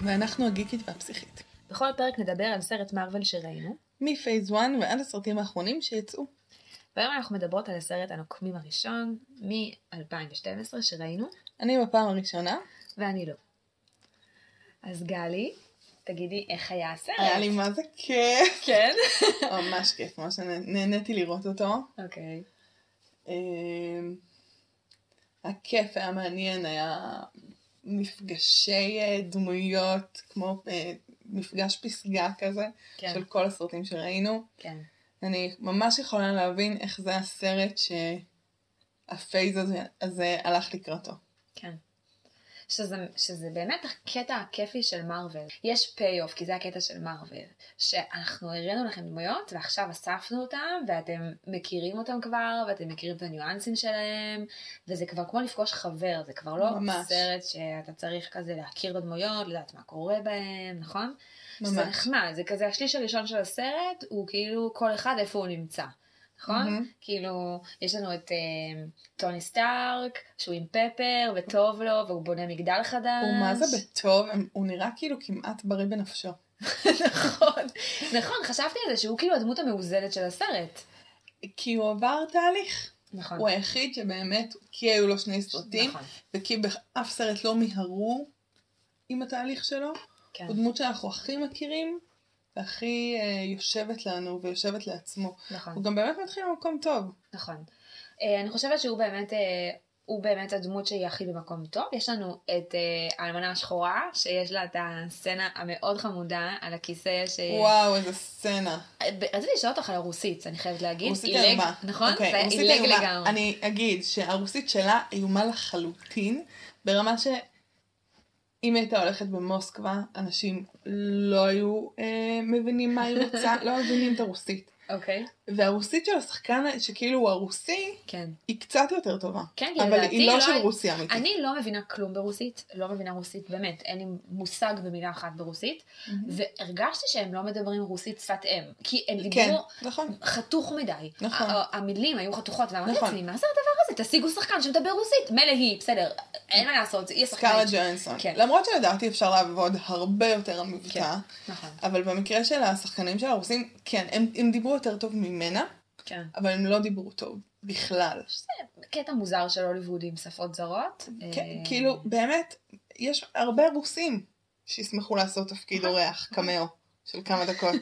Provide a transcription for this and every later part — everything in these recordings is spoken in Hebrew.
ואנחנו הגיקית והפסיכית. בכל פרק נדבר על סרט מארוול שראינו. מפייז 1 ועד הסרטים האחרונים שיצאו. והיום אנחנו מדברות על הסרט הנוקמים הראשון מ-2012 שראינו. אני בפעם הראשונה. ואני לא. אז גלי, תגידי איך היה הסרט? היה לי מה זה כיף. כן? ממש כיף, ממש נהניתי לראות אותו. אוקיי. הכיף היה מעניין, היה מפגשי דמויות, כמו מפגש פסגה כזה, כן. של כל הסרטים שראינו. כן. אני ממש יכולה להבין איך זה הסרט שהפייז הזה הלך לקראתו. כן. שזה באמת הקטע הכיפי של מארוול. יש פי-אוף, כי זה הקטע של מארוול, שאנחנו הראינו לכם דמויות, ועכשיו אספנו אותם, ואתם מכירים אותם כבר, ואתם מכירים את הניואנסים שלהם, וזה כבר כמו לפגוש חבר, זה כבר לא ממש. סרט שאתה צריך כזה להכיר את הדמויות, לדעת מה קורה בהם, נכון? ממש. שזה נחמד, זה כזה השליש הראשון של הסרט, הוא כאילו כל אחד איפה הוא נמצא. נכון? כאילו, יש לנו את טוני סטארק, שהוא עם פפר, וטוב לו, והוא בונה מגדל חדש. הוא מה זה בטוב, הוא נראה כאילו כמעט בריא בנפשו. נכון, נכון, חשבתי על זה, שהוא כאילו הדמות המאוזנת של הסרט. כי הוא עבר תהליך. נכון. הוא היחיד שבאמת, כי היו לו שני סרטים, נכון. וכי באף סרט לא מיהרו עם התהליך שלו. כן. הוא דמות שאנחנו הכי מכירים, והכי יושבת לנו ויושבת לעצמו. נכון. הוא גם באמת מתחיל במקום טוב. נכון. אני חושבת שהוא באמת הדמות שהיא הכי במקום טוב. יש לנו את האלמנה השחורה, שיש לה את הסצנה המאוד חמודה על הכיסא וואו, איזה סצנה. רציתי לשאול אותך על הרוסית, אני חייבת להגיד. רוסית איומה. נכון? אוקיי, זה רוסית אילג איומה. לגמרי. אני אגיד שהרוסית שלה איומה לחלוטין, ברמה ש... אם הייתה הולכת במוסקבה, אנשים לא היו מבינים מה היא רוצה, לא מבינים את הרוסית. אוקיי. והרוסית של השחקן, שכאילו הוא הרוסי, כן. היא קצת יותר טובה. כן, אבל היא לא של רוסיה אמיתית. אני לא מבינה כלום ברוסית, לא מבינה רוסית, באמת, אין לי מושג במילה אחת ברוסית, והרגשתי שהם לא מדברים רוסית שפת אם, כי הם דיברו חתוך מדי. נכון. המילים היו חתוכות, ואמרתי לעצמי, מה זה הדבר הזה? תשיגו שחקן שמדבר רוסית, מלא היא, בסדר, אין מה לעשות, היא השחקנית. סקארלט ג'והנסון. למרות שלדעתי אפשר לעבוד הרבה יותר על מבטא, אבל במקרה של השחקנים של הרוסים, כן, הם דיברו יותר טוב ממנה, אבל הם לא דיברו טוב בכלל. זה קטע מוזר של הוליווד עם שפות זרות. כאילו, באמת, יש הרבה רוסים שישמחו לעשות תפקיד אורח, קמאו, של כמה דקות.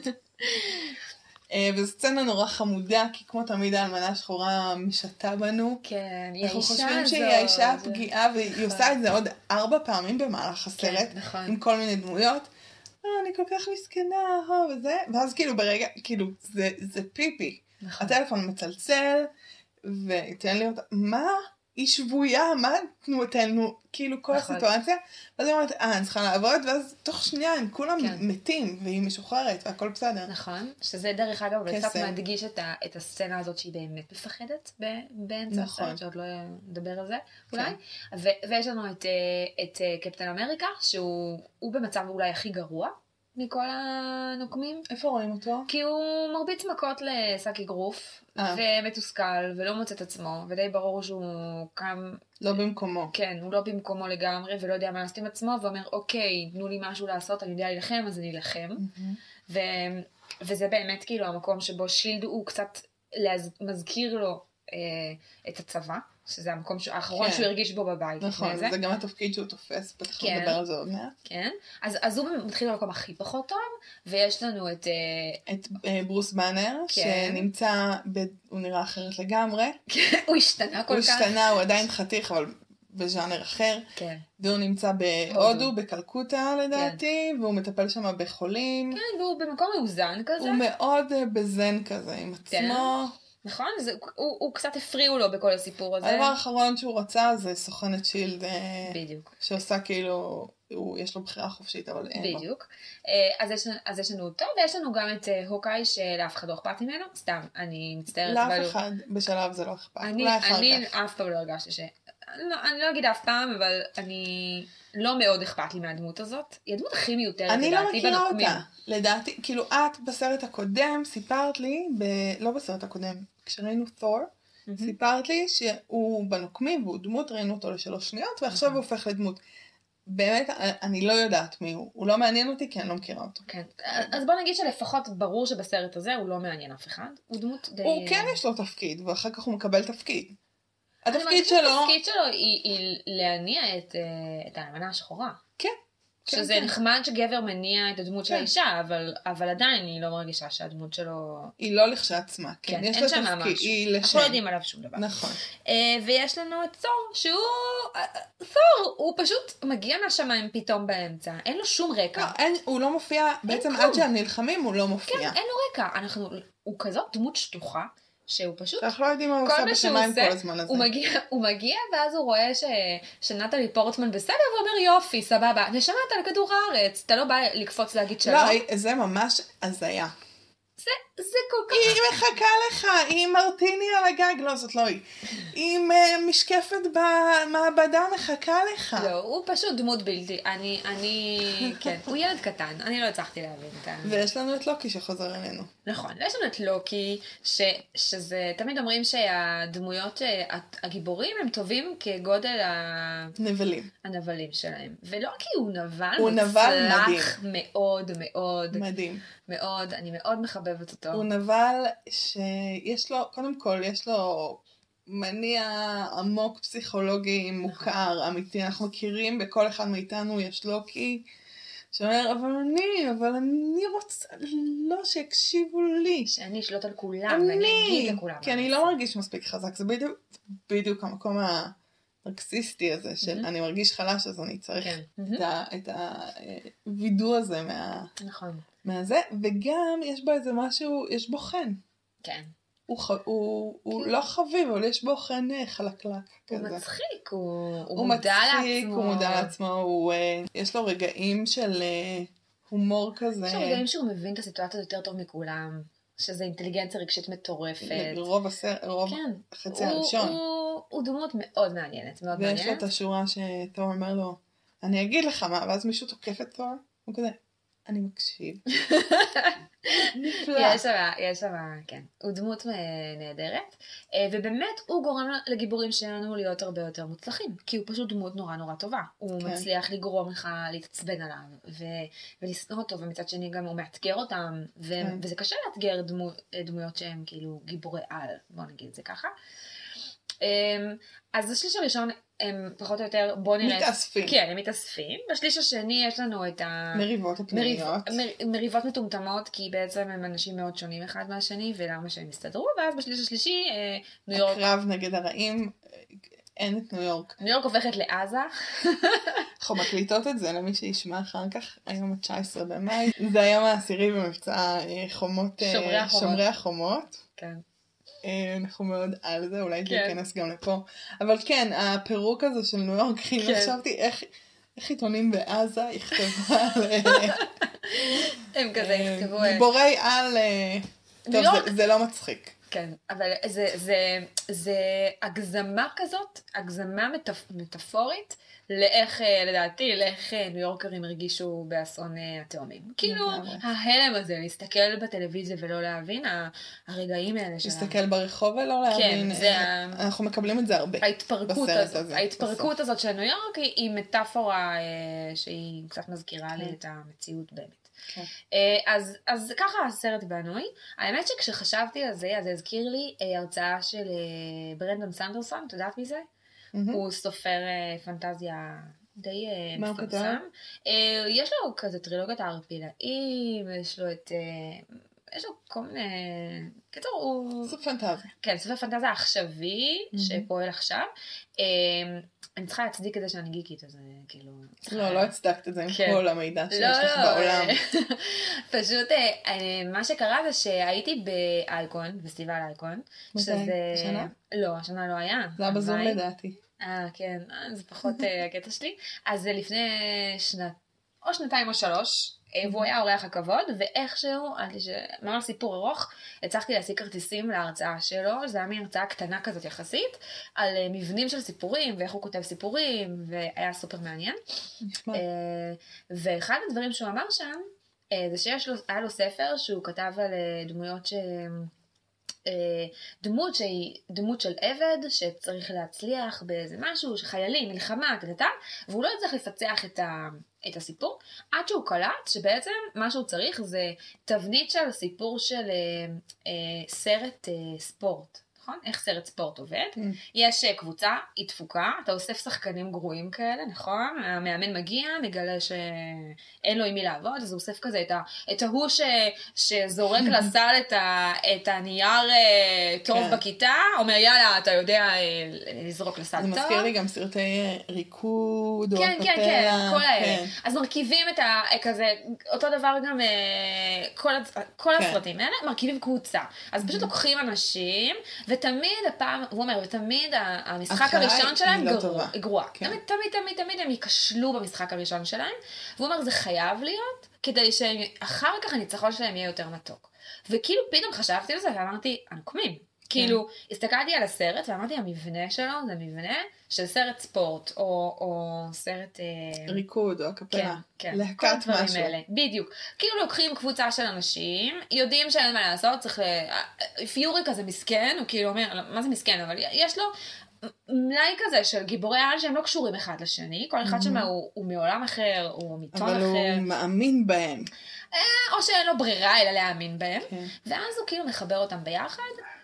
וזו סצנה נורא חמודה, כי כמו תמיד האלמנה השחורה משתה בנו. כן, היא האישה אנחנו הזאת. חושבים שהיא האישה הפגיעה, והיא עושה את זה עוד 4 פעמים במהלך הסרט, עם כל מיני דמויות. אני כל כך מסכנה, וזה, ואז כאילו ברגע, כאילו, זה פיפי. הטלפון מצלצל, ותן לי אותה, מה? היא שבויה, מה תנו, כאילו כל הסיטואציה, ואז היא אומרת, אני צריכה לעבוד, ואז תוך שנייה הם כולם מתים, והיא משוחררת, והכל בסדר. נכון, שזה דרך אגב, קצת מדגיש את הסצנה הזאת שהיא באמת מפחדת באמצע הסרט, שעוד לא נדבר על זה, אולי. ויש לנו את קפטן אמריקה, שהוא במצב אולי הכי גרוע, מכל הנוקמים. איפה רואים אותו? כי הוא מרביץ מכות לסאקי גרוף, ומתוסכל, ולא מוצא את עצמו, ודי ברור שהוא קם... לא במקומו. כן, הוא לא במקומו לגמרי, ולא יודע מה לעשות עם עצמו, ואומר, אוקיי, תנו לי משהו לעשות, אני יודע להילחם, אז אני אלחם. וזה באמת כאילו המקום שבו שילד הוא קצת מזכיר לו את הצבא, שזה המקום האחרון שהוא הרגיש בו בבית. נכון, זה גם התפקיד שהוא תופס, בטח נדבר על זה עוד מעט. כן, אז הוא מתחיל במקום הכי פחות טוב, ויש לנו את ברוס באנר, שנמצא, הוא נראה אחרת לגמרי. הוא השתנה כל כך. הוא השתנה, הוא עדיין חתיך, אבל בז'אנר אחר. כן. והוא נמצא בהודו, בקלקוטה לדעתי, והוא מטפל שם בחולים. כן, והוא במקום מאוזן כזה. הוא מאוד בזן כזה עם עצמו. נכון? הוא קצת הפריעו לו בכל הסיפור הזה. הדבר האחרון שהוא רצה זה סוכנת שילד. בדיוק. שעושה כאילו, יש לו בחירה חופשית, אבל אין לו. בדיוק. אז יש לנו אותו, ויש לנו גם את הוקאי שלאף אחד לא אכפת ממנו. סתם, אני מצטערת. לאף אחד בשלב זה לא אכפת. אני אף פעם לא הרגשתי אני לא אגיד אף פעם, אבל אני לא מאוד אכפת לי מהדמות הזאת. היא הדמות הכי מיותרת, לדעתי, בנוקמים. אני לא מכירה אותה. לדעתי, כאילו את בסרט הקודם סיפרת לי, לא בסרט הקודם, כשראינו תור, סיפרת לי שהוא בנוקמים, והוא דמות, ראינו אותו ל3 שניות, ועכשיו הוא הופך לדמות. באמת, אני לא יודעת מי הוא לא מעניין אותי כי אני לא מכירה אותו. כן, אז בוא נגיד שלפחות ברור שבסרט הזה הוא לא מעניין אף אחד, הוא דמות די... הוא כן יש לו תפקיד, ואחר כך הוא מקבל תפקיד. התפקיד שלו היא להניע את האלמנה השחורה. כן. שזה נחמד שגבר מניע את הדמות של האישה, אבל עדיין היא לא מרגישה שהדמות שלו... היא לא לכשעצמה, כן. יש לה תפקיד, היא לשם. אנחנו לא יודעים עליו שום דבר. נכון. ויש לנו את תור, תור, הוא פשוט מגיע מהשמיים פתאום באמצע, אין לו שום רקע. הוא לא מופיע, בעצם עד שהם נלחמים הוא לא מופיע. כן, אין לו רקע. הוא כזאת דמות שטוחה. שהוא פשוט, אנחנו לא יודעים מה הוא עושה בשמיים כל הזמן הזה. הוא מגיע ואז הוא רואה שנטלי פורטמן בסדר, והוא אומר יופי, סבבה, נשמעת על כדור הארץ, אתה לא בא לקפוץ להגיד שלום. לא, זה ממש הזיה. זה כל כך... היא מחכה לך, היא מרטיני על הגג, לא, זאת לא היא. היא משקפת במעבדה מחכה לך. לא, הוא פשוט דמות בלתי, כן, הוא ילד קטן, אני לא הצלחתי להבין את ה... ויש לנו את לוקי שחוזר אלינו. נכון, יש לנו את לוקי, שזה, תמיד אומרים שהדמויות, הגיבורים הם טובים כגודל הנבלים שלהם. ולוקי הוא נבל מוצלח מאוד מאוד. מדהים. מאוד, אני מאוד מחבבת אותו. הוא נבל שיש לו, קודם כל, יש לו מניע עמוק פסיכולוגי מוכר, אמיתי. אנחנו מכירים בכל אחד מאיתנו, יש לוקי, שאומר, אבל אני רוצה, לא, שיקשיבו לי. שאני אשלוט על כולם, ואני אגיד לכולם. כי אני לא מרגיש מספיק חזק, זה בדיוק המקום הנרקסיסטי הזה, של אני מרגיש חלש, אז אני צריך את הווידוא הזה נכון. מהזה, וגם יש בו איזה משהו, יש בו חן. כן. הוא לא חביב, אבל יש בו חן חלקלק כזה. הוא מצחיק, הוא מודע לעצמו. הוא מודע לעצמו, יש לו רגעים של הומור כזה. יש לו רגעים שהוא מבין את הסיטואציה יותר טוב מכולם, שזה אינטליגנציה רגשית מטורפת. רוב החצי הראשון. הוא דמות מאוד מעניינת, מאוד מעניינת. ויש לו את השורה שתור אומר לו, אני אגיד לך מה, ואז מישהו תוקף את תור, הוא כזה, אני מקשיב. נפלא. יש שם, כן. הוא דמות נהדרת, ובאמת הוא גורם לגיבורים שלנו להיות הרבה יותר מוצלחים, כי הוא פשוט דמות נורא נורא טובה. הוא מצליח לגרום לך להתעצבן עליו, ולשנוא אותו, ומצד שני גם הוא מאתגר אותם, וזה קשה לאתגר דמויות שהם כאילו גיבורי על, בוא נגיד זה ככה. אז השליש הראשון הם פחות או יותר, בוא נראה... מתאספים. כן, הם מתאספים. בשליש השני יש לנו את מריבות הפנימיות. מריבות מטומטמות, כי בעצם הם אנשים מאוד שונים אחד מהשני, ולמה שהם הסתדרו, ואז בשליש השלישי, ניו יורק... הקרב נגד הרעים, אין את ניו יורק. ניו יורק הופכת לעזה. אנחנו מקליטות את זה למי שישמע אחר כך, היום ה-19 במאי. זה היום העשירי במבצע שומרי החומות. כן. אנחנו מאוד על זה, אולי זה ייכנס גם לפה. אבל כן, הפירוק הזה של ניו יורק, חשבתי איך עיתונים בעזה יכתבו על... הם כזה יכתבו... גיבורי על... טוב, זה לא מצחיק. כן, אבל זה הגזמה כזאת, הגזמה מטאפורית, לדעתי, לאיך ניו יורקרים הרגישו באסון התאומים. כאילו, ההלם הזה, להסתכל בטלוויזיה ולא להבין, הרגעים האלה שלה. להסתכל ברחוב ולא להבין. כן, זה... אנחנו מקבלים את זה הרבה בסרט הזה. ההתפרקות הזאת של ניו יורק היא מטאפורה שהיא קצת מזכירה לי את המציאות באמת. אז ככה הסרט בנוי. האמת שכשחשבתי על זה, אז זה הזכיר לי הרצאה של ברנדון סנדרסון, את יודעת מי זה? הוא סופר פנטזיה די מפורסם. יש לו כזה טרילוגיית הערפילאים, יש לו כל מיני... קיצור, הוא... סופר פנטזיה. כן, סופר פנטזיה עכשווי, שפועל עכשיו. אני צריכה להצדיק את זה שאני גיקית, אז כאילו... לא הצדקת את זה עם כל המידע שיש לך בעולם. פשוט, מה שקרה זה שהייתי באייקון, פסטיבל אייקון. מתי? השנה? לא, השנה לא היה. זה היה בזום לדעתי. כן, זה פחות הקטע שלי. אז זה לפני שנתיים או 3, והוא היה אורח הכבוד, ואיכשהו, ממש סיפור ארוך, הצלחתי להשיג כרטיסים להרצאה שלו, זה היה מין הרצאה קטנה כזאת יחסית, על מבנים של סיפורים, ואיך הוא כותב סיפורים, והיה סופר מעניין. ואחד הדברים שהוא אמר שם, זה שהיה לו ספר שהוא כתב על דמויות דמות שהיא דמות של עבד, שצריך להצליח באיזה משהו, שחיילים, מלחמה, והוא לא יצטרך לפצח את הסיפור, עד שהוא קלט שבעצם מה שהוא צריך זה תבנית של סיפור של סרט ספורט. נכון? איך סרט ספורט עובד. יש קבוצה, היא דפוקה, אתה אוסף שחקנים גרועים כאלה, נכון? המאמן מגיע, מגלה שאין לו עם מי לעבוד, אז הוא אוסף כזה את ההוא שזורק לסל את הנייר טוב בכיתה, אומר יאללה, אתה יודע לזרוק לסל טוב. זה מזכיר לי גם סרטי ריקוד, או כן, כן, כן, כל האלה. אז מרכיבים את כזה, אותו דבר גם כל הסרטים האלה, מרכיבים קבוצה. אז פשוט לוקחים אנשים, ותמיד הפעם, הוא אומר, ותמיד המשחק הראשון שלהם גרוע. תמיד הם ייכשלו במשחק הראשון שלהם, והוא אומר, זה חייב להיות, כדי שאחר כך הניצחון שלהם יהיה יותר מתוק. וכאילו פתאום חשבתי על זה, ואמרתי, הנוקמים. כאילו, הסתכלתי על הסרט, ואמרתי, המבנה שלו זה מבנה של סרט ספורט, או סרט ריקוד, או הקפלה. כן, להקת משהו. בדיוק. כאילו לוקחים קבוצה של אנשים, יודעים שאין מה לעשות, צריך פיורי כזה מסכן, הוא כאילו אומר, מה זה מסכן, אבל יש לו מלאי כזה של גיבורי על שהם לא קשורים אחד לשני, כל אחד שם הוא מעולם אחר, הוא מטון אחר. אבל הוא מאמין בהם. או שאין לו ברירה אלא להאמין בהם, ואז הוא כאילו מחבר אותם ביחד,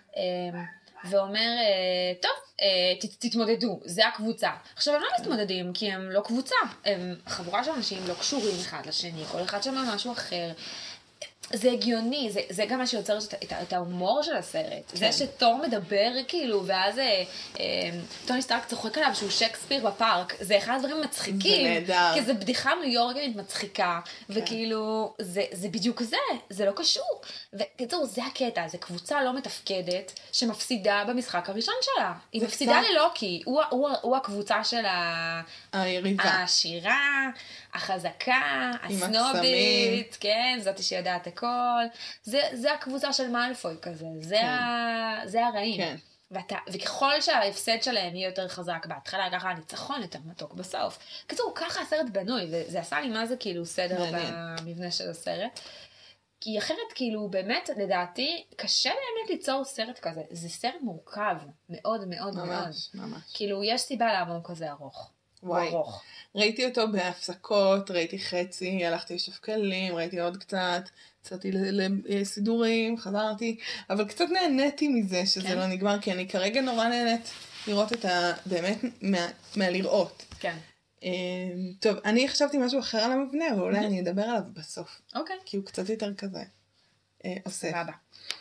ואומר, טוב, תתמודדו, זה הקבוצה. עכשיו, הם לא מתמודדים, כי הם לא קבוצה, הם חבורה של אנשים לא קשורים אחד לשני, כל אחד שם משהו אחר. זה הגיוני, זה גם מה שיוצר את ההומור של הסרט. זה שתור מדבר כאילו, ואז טוני סטארק צוחק עליו שהוא שייקספיר בפארק, זה אחד הדברים מצחיקים. זה נהדר. כי זה בדיחה ניו יורקית מצחיקה, וכאילו, זה בדיוק זה לא קשור. וקיצור, זה הקטע, זה קבוצה לא מתפקדת, שמפסידה במשחק הראשון שלה. היא מפסידה ללוקי, הוא הקבוצה של היריבה. העשירה, החזקה, הסנובית, כן, זאת שיודעת הכל. זה הקבוצה של מאלפוי כזה, זה הרעים. כן. וככל שההפסד שלהם יהיה יותר חזק בהתחלה, ככה הניצחון יותר מתוק בסוף. קיצור, ככה הסרט בנוי, וזה עשה לי מה זה כאילו סדר במבנה של הסרט. כי אחרת כאילו באמת, לדעתי, קשה באמת ליצור סרט כזה. זה סרט מורכב, מאוד מאוד מאוד. ממש. כאילו, יש סיבה למה הוא כזה ארוך. וואי. ארוך. ראיתי אותו בהפסקות, ראיתי חצי, הלכתי לשטוף כלים, ראיתי עוד קצת, יצאתי לסידורים, חזרתי, אבל קצת נהניתי מזה שזה לא נגמר, כי אני כרגע נורא נהנית לראות את באמת מהלראות. כן. טוב, אני חשבתי משהו אחר על המבנה, ואולי אני אדבר עליו בסוף. אוקיי. כי הוא קצת יותר כזה אוסף. סבבה.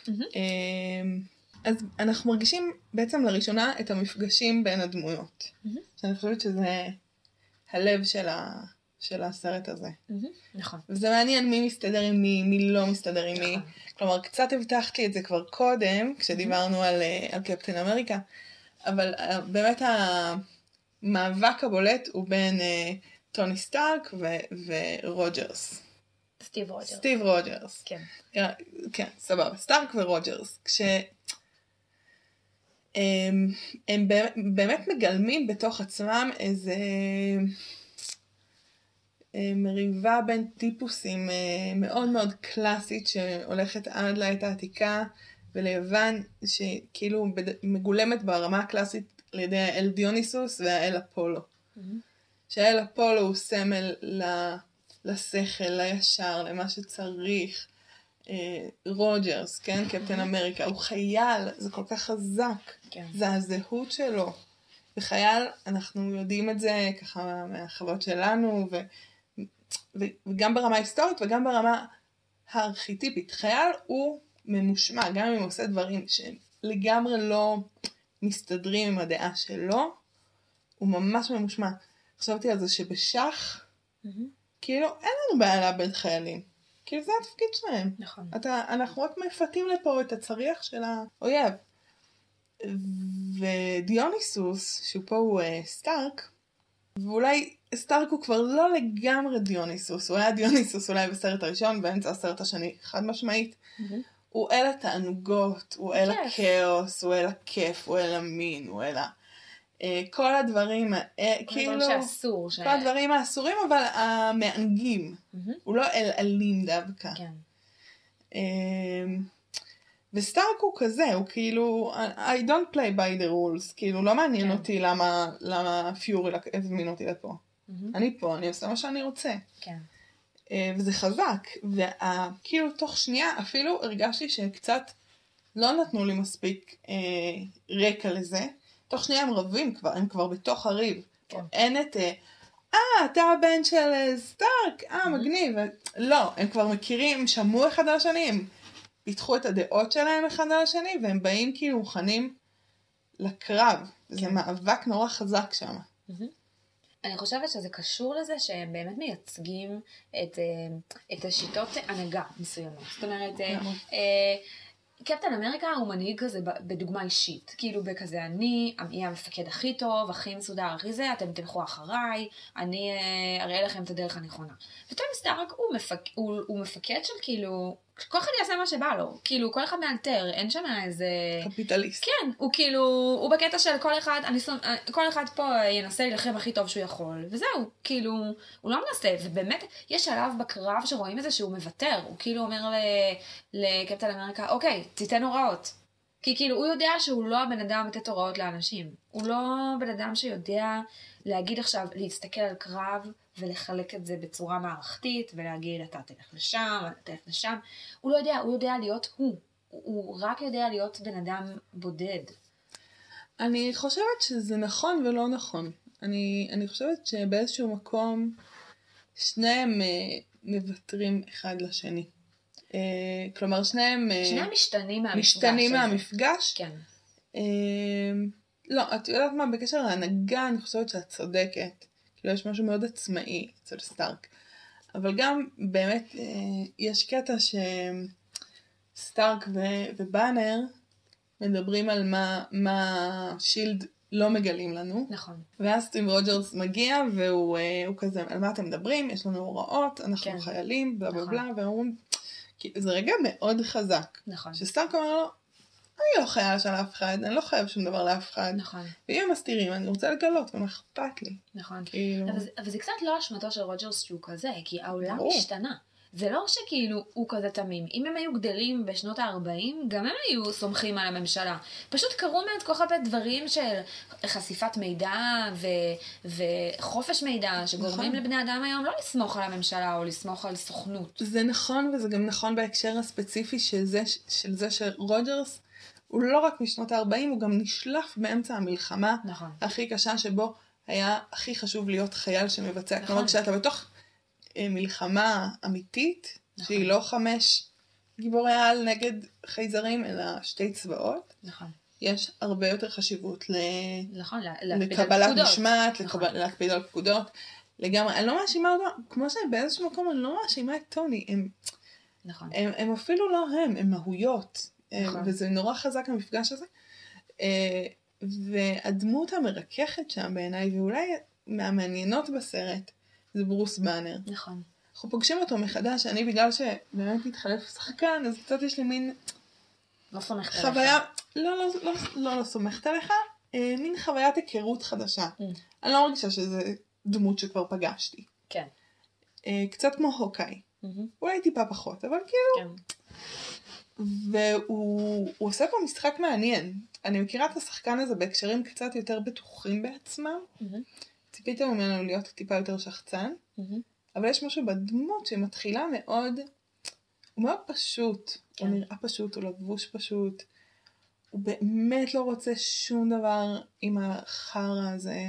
אז אנחנו מרגישים בעצם לראשונה את המפגשים בין הדמויות. שאני חושבת שזה הלב של הסרט הזה. נכון. וזה מעניין מי מסתדר עם מי לא מסתדר עם מי. כלומר, קצת הבטחת לי את זה כבר קודם, כשדיברנו על קפטן אמריקה, אבל באמת המאבק הבולט הוא בין טוני סטארק ורוג'רס. סטיב רוג'רס. כן. כן, סבבה. סטארק ורוג'רס. הם באמת מגלמים בתוך עצמם איזה מריבה בין טיפוסים מאוד מאוד קלאסית שהולכת עד לעת העתיקה וליוון, שכאילו מגולמת ברמה הקלאסית על ידי האל דיוניסוס והאל אפולו. שהאל אפולו הוא סמל לשכל, לישר, למה שצריך. רוג'רס, כן, קפטן אמריקה, הוא חייל, זה כל כך חזק, זה הזהות שלו. וחייל, אנחנו יודעים את זה ככה מהחוות שלנו, וגם ברמה היסטורית וגם ברמה הארכיטיפית. חייל הוא ממושמע, גם אם הוא עושה דברים שלגמרי לא מסתדרים עם הדעה שלו, הוא ממש ממושמע. חשבתי על זה שבשח, כאילו אין לנו בעיה לאבד חיילים. כאילו זה התפקיד שלהם. נכון. אנחנו רק מפתים לפה את הצריח של האויב. ודיוניסוס, שהוא פה הוא סטארק, ואולי סטארק הוא כבר לא לגמרי דיוניסוס, הוא היה דיוניסוס אולי בסרט הראשון, באמצע הסרט השני, חד משמעית. הוא אל התענוגות, הוא אל הכאוס, הוא אל הכיף, הוא אל המין, הוא אל כל הדברים, כאילו, כל הדברים האסורים, אבל המענגים. הוא לא אל אלים דווקא. כן. וסטארק הוא כזה, הוא כאילו, I don't play by the rules, כאילו לא מעניין אותי למה פיורי הזמין אותי לפה. אני פה, אני עושה מה שאני רוצה. כן. וזה חזק, וכאילו תוך שנייה אפילו הרגשתי שקצת לא נתנו לי מספיק רקע לזה. תוך שנייה הם רבים כבר, הם כבר בתוך הריב. אין את, אתה הבן של סטארק, מגניב. לא, הם כבר מכירים, שמעו אחד על השני, הם פיתחו את הדעות שלהם אחד על השני, והם באים כאילו מוכנים לקרב. זה מאבק נורא חזק שם. אני חושבת שזה קשור לזה שהם באמת מייצגים את השיטות הנהגה מסוימות. זאת אומרת, קפטן אמריקה הוא מנהיג כזה בדוגמה אישית, כאילו בכזה אני אהיה המפקד הכי טוב, הכי מסודר, הכי זה, אתם תלכו אחריי, אני אראה לכם את הדרך הנכונה. וטוני סטארק הוא מפקד של כאילו, כל אחד יעשה מה שבא לו, כאילו כל אחד מאלתר, אין שם איזה... קפיטליסט. כן, הוא כאילו, הוא בקטע של כל אחד פה ינסה להילחם הכי טוב שהוא יכול, וזהו, כאילו, הוא לא מנסה, ובאמת יש שלב בקרב שרואים את זה שהוא מוותר, הוא כאילו אומר לקפטן אמריקה, אוקיי, תיתן הוראות. כי כאילו הוא יודע שהוא לא הבן אדם לתת הוראות לאנשים, הוא לא בן אדם שיודע להגיד עכשיו, להסתכל על קרב ולחלק את זה בצורה מערכתית, ולהגיד אתה תלך לשם, אתה תלך לשם. הוא לא יודע, הוא יודע להיות הוא רק יודע להיות בן אדם בודד. אני חושבת שזה נכון ולא נכון. אני חושבת שבאיזשהו מקום שניהם מוותרים אחד לשני. כלומר שניהם משתנים מהמפגש. כן. לא, את יודעת מה, בקשר להנהגה אני חושבת שאת צודקת. כאילו יש משהו מאוד עצמאי אצל סטארק. אבל גם באמת יש קטע שסטארק ובאנר מדברים על מה שילד לא מגלים לנו. נכון. ואז סטיב רוג'רס מגיע והוא כזה, על מה אתם מדברים? יש לנו הוראות, אנחנו חיילים, בלה בלה בלה, והם אומרים, זה רגע מאוד חזק. נכון. שסטארק אומר לו, אני לא חייל של אף אחד, אני לא חייב שום דבר לאף אחד. נכון. ואם הם מסתירים, אני רוצה לגלות, ומה אכפת לי. נכון. כאילו... אבל זה קצת לא אשמתו של רוג'רס שהוא כזה, כי העולם השתנה. זה לא שכאילו הוא כזה תמים. אם הם היו גדלים בשנות ה-40, גם הם היו סומכים על הממשלה. פשוט קרו מעט כל כך הרבה דברים של חשיפת מידע וחופש מידע, שגורמים לבני אדם היום לא לסמוך על הממשלה או לסמוך על סוכנות. זה נכון, וזה גם נכון בהקשר הספציפי של זה שרוג'רס הוא לא רק משנות ה-40, הוא גם נשלף באמצע המלחמה הכי קשה, שבו היה הכי חשוב להיות חייל שמבצע. כלומר, כשאתה בתוך מלחמה אמיתית, שהיא לא 5 גיבורי על נגד חייזרים, אלא 2 צבאות, יש הרבה יותר חשיבות לקבלת משמעת, להקפיד על פקודות. לגמרי, אני לא מאשימה אותו, כמו שבאיזשהו מקום אני לא מאשימה את טוני, הם אפילו לא הם מהויות. וזה נורא חזק המפגש הזה. והדמות המרככת שם בעיניי, ואולי מהמעניינות בסרט, זה ברוס באנר. נכון. אנחנו פוגשים אותו מחדש, אני בגלל שבאמת התחלף שחקן, אז קצת יש לי מין... לא סומכת עליך. חוויה, לא סומכת עליך, מין חוויית היכרות חדשה. אני לא מרגישה שזה דמות שכבר פגשתי. כן. קצת כמו הוקאי. אולי טיפה פחות, אבל כאילו... כן. והוא עושה פה משחק מעניין. אני מכירה את השחקן הזה בהקשרים קצת יותר בטוחים בעצמם. ציפיתי ממנו להיות טיפה יותר שחצן. אבל יש משהו בדמות שמתחילה מאוד, הוא מאוד פשוט. הוא נראה פשוט, הוא לבוש פשוט. הוא באמת לא רוצה שום דבר עם החרא הזה.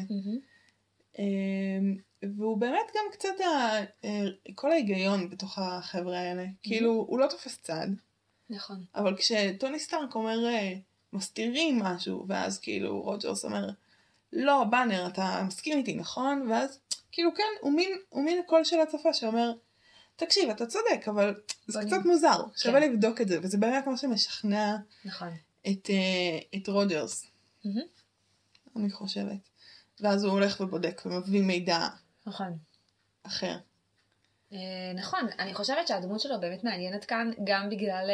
והוא באמת גם קצת כל ההיגיון בתוך החבר'ה האלה. כאילו, הוא לא תופס צד. נכון. אבל כשטוני סטארק אומר, מסתירים משהו, ואז כאילו רוג'רס אומר, לא, באנר, אתה מסכים איתי, נכון? ואז כאילו כן, הוא מין הקול של הצפה שאומר, תקשיב, אתה צודק, אבל זה קצת מוזר, שווה לבדוק את זה, וזה באמת מה שמשכנע את רוג'רס. אני חושבת. ואז הוא הולך ובודק ומביא מידע אחר. נכון, אני חושבת שהדמות שלו באמת מעניינת כאן, גם בגלל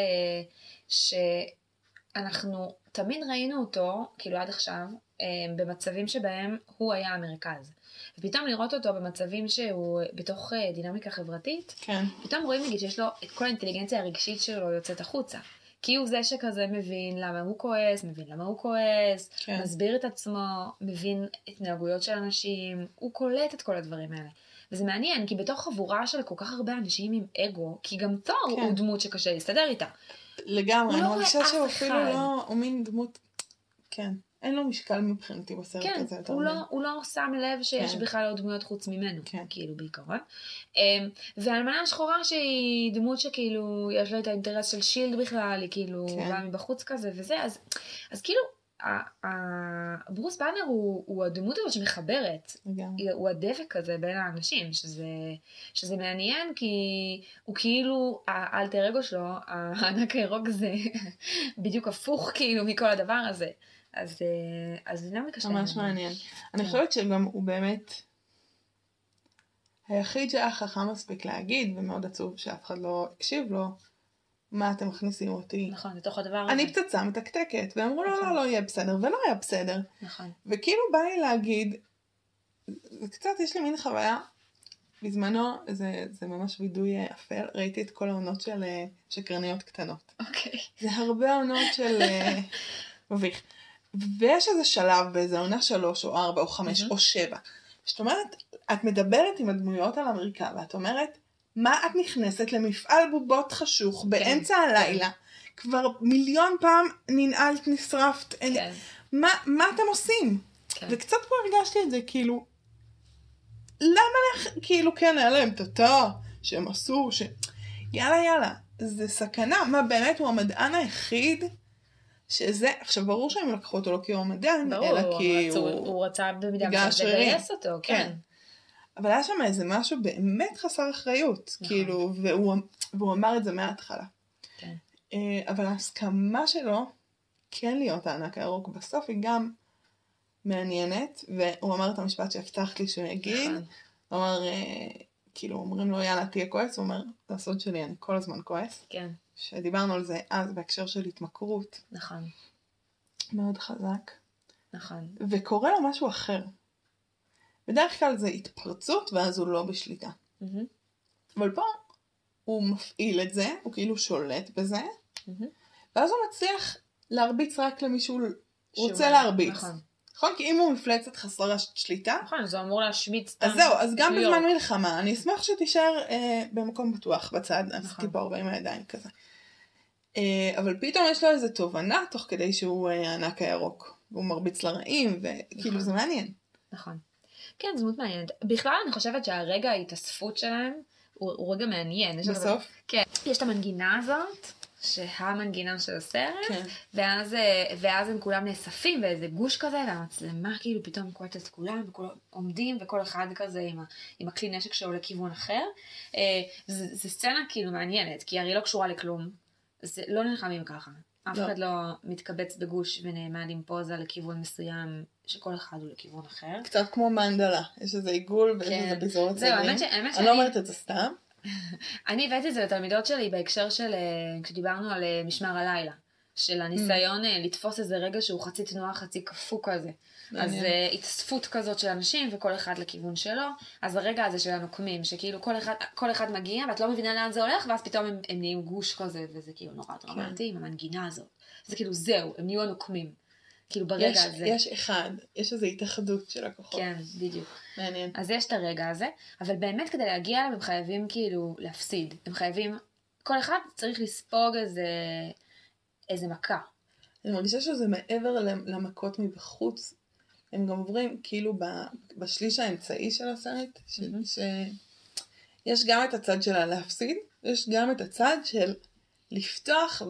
שאנחנו תמיד ראינו אותו, כאילו עד עכשיו, במצבים שבהם הוא היה המרכז. ופתאום לראות אותו במצבים שהוא בתוך דינמיקה חברתית, כן. פתאום רואים נגיד שיש לו את כל האינטליגנציה הרגשית שלו יוצאת החוצה. כי הוא זה שכזה מבין למה הוא כועס, מבין למה הוא כועס, כן. מסביר את עצמו, מבין התנהגויות של אנשים, הוא קולט את כל הדברים האלה. וזה מעניין, כי בתוך חבורה של כל כך הרבה אנשים עם אגו, כי גם תור כן. הוא דמות שקשה להסתדר איתה. לגמרי, הוא אני לא מרגישה רואה שהוא אף אפילו אחד. לא, הוא מין דמות, כן, אין לו משקל מבחינתי בסרט כן, הזה. אתה הוא אומר. לא שם לב שיש כן. בכלל עוד דמויות חוץ ממנו, כן. כאילו בעיקרון. והאלמנה השחורה שהיא דמות שכאילו יש לה את האינטרס של שילד בכלל, היא כאילו כן. באה מבחוץ כזה וזה, אז כאילו ברוס באנר הוא הדמות הזאת שמחברת, לגמרי. הוא הדבק כזה בין האנשים, שזה מעניין כי הוא כאילו, האלטר אגו שלו, הענק הירוק זה בדיוק הפוך כאילו מכל הדבר הזה. אז דינמיקה שלהם. ממש מעניין. אני חושבת שגם הוא באמת היחיד שהיה חכם מספיק להגיד, ומאוד עצוב שאף אחד לא הקשיב לו, מה אתם מכניסים אותי? נכון, לתוך הדבר הזה. אני פצצה מתקתקת, ואמרו לו לא יהיה בסדר, ולא היה בסדר. נכון. וכאילו בא לי להגיד, וקצת יש לי מין חוויה, בזמנו זה ממש וידוי אפל, ראיתי את כל העונות של שקרניות קטנות. אוקיי. זה הרבה עונות של מביך. ויש איזה שלב באיזה עונה 3 או 4 או 5 או 7. זאת אומרת, את מדברת עם הדמויות על אמריקה, ואת אומרת, מה את נכנסת למפעל בובות חשוך באמצע הלילה? כבר מיליון פעם ננעלת, נשרפת. מה אתם עושים? וקצת פה הרגשתי את זה, כאילו, למה כאילו כן היה להם תתה שהם עשו, יאללה, זה סכנה. מה באמת הוא המדען היחיד שזה, עכשיו ברור שהם לקחו אותו לא כי הוא המדען, אלא כי הוא רצה במידה מסוימת לגייס אותו, כן. אבל היה שם איזה משהו באמת חסר אחריות, כאילו, והוא אמר את זה מההתחלה. אבל ההסכמה שלו, כן להיות הענק הירוק, בסוף היא גם מעניינת, והוא אמר את המשפט שהבטחת לי שהוא יגיד, הוא אמר, כאילו, אומרים לו, יאללה, תהיה כועס, הוא אומר, זה הסוד שלי, אני כל הזמן כועס. כן. שדיברנו על זה אז בהקשר של התמכרות. נכון. מאוד חזק. נכון. וקורה לו משהו אחר. בדרך כלל זה התפרצות, ואז הוא לא בשליטה. אבל פה הוא מפעיל את זה, הוא כאילו שולט בזה, ואז הוא מצליח להרביץ רק למישהו רוצה להרביץ. נכון? כי אם הוא מפלצת חסרת שליטה. נכון, זה אמור להשמיץ. אז זהו, אז גם בזמן מלחמה, אני אשמח שתישאר במקום בטוח בצד, עשיתי פה 40 הידיים כזה. אבל פתאום יש לו איזו תובנה, תוך כדי שהוא הענק הירוק, והוא מרביץ לרעים, וכאילו זה מעניין. נכון. כן, זו דמות מעניינת. בכלל אני חושבת שהרגע ההתאספות שלהם, הוא רגע מעניין. בסוף? כן. יש את המנגינה הזאת, שהמנגינה של הסרט, ואז הם כולם נאספים באיזה גוש כזה, והמצלמה כאילו פתאום קוראת את כולם, וכולם עומדים, וכל אחד כזה עם הכלי נשק שלו לכיוון אחר. זה סצנה כאילו מעניינת, כי הרי לא קשורה לכלום. לא נלחמים ככה. אף אחד לא מתקבץ בגוש ונעמד עם פוזה לכיוון מסוים, שכל אחד הוא לכיוון אחר. קצת כמו מנדלה, יש איזה עיגול ויש איזה ביזור צדדים. אני לא אומרת את זה סתם. אני הבאתי את זה לתלמידות שלי בהקשר של, כשדיברנו על משמר הלילה, של הניסיון לתפוס איזה רגע שהוא חצי תנועה, חצי קפוא כזה. אז התאספות כזאת של אנשים וכל אחד לכיוון שלו, אז הרגע הזה של הנוקמים, שכאילו כל אחד מגיע ואת לא מבינה לאן זה הולך, ואז פתאום הם נהיים גוש כזה, וזה כאילו נורא דרמטי עם המנגינה הזאת. זה כאילו זהו, הם נהיו הנוקמים. כאילו ברגע הזה. יש איזו התאחדות של הכוחות. כן, בדיוק. מעניין. אז יש את הרגע הזה, אבל באמת כדי להגיע אליו הם חייבים כאילו להפסיד. הם חייבים, כל אחד צריך לספוג איזה מכה. אני מרגישה שזה מעבר למכות מבחוץ. הם גם עוברים כאילו בשליש האמצעי של הסרט, שיש גם את הצד שלה להפסיד, יש גם את הצד של לפתוח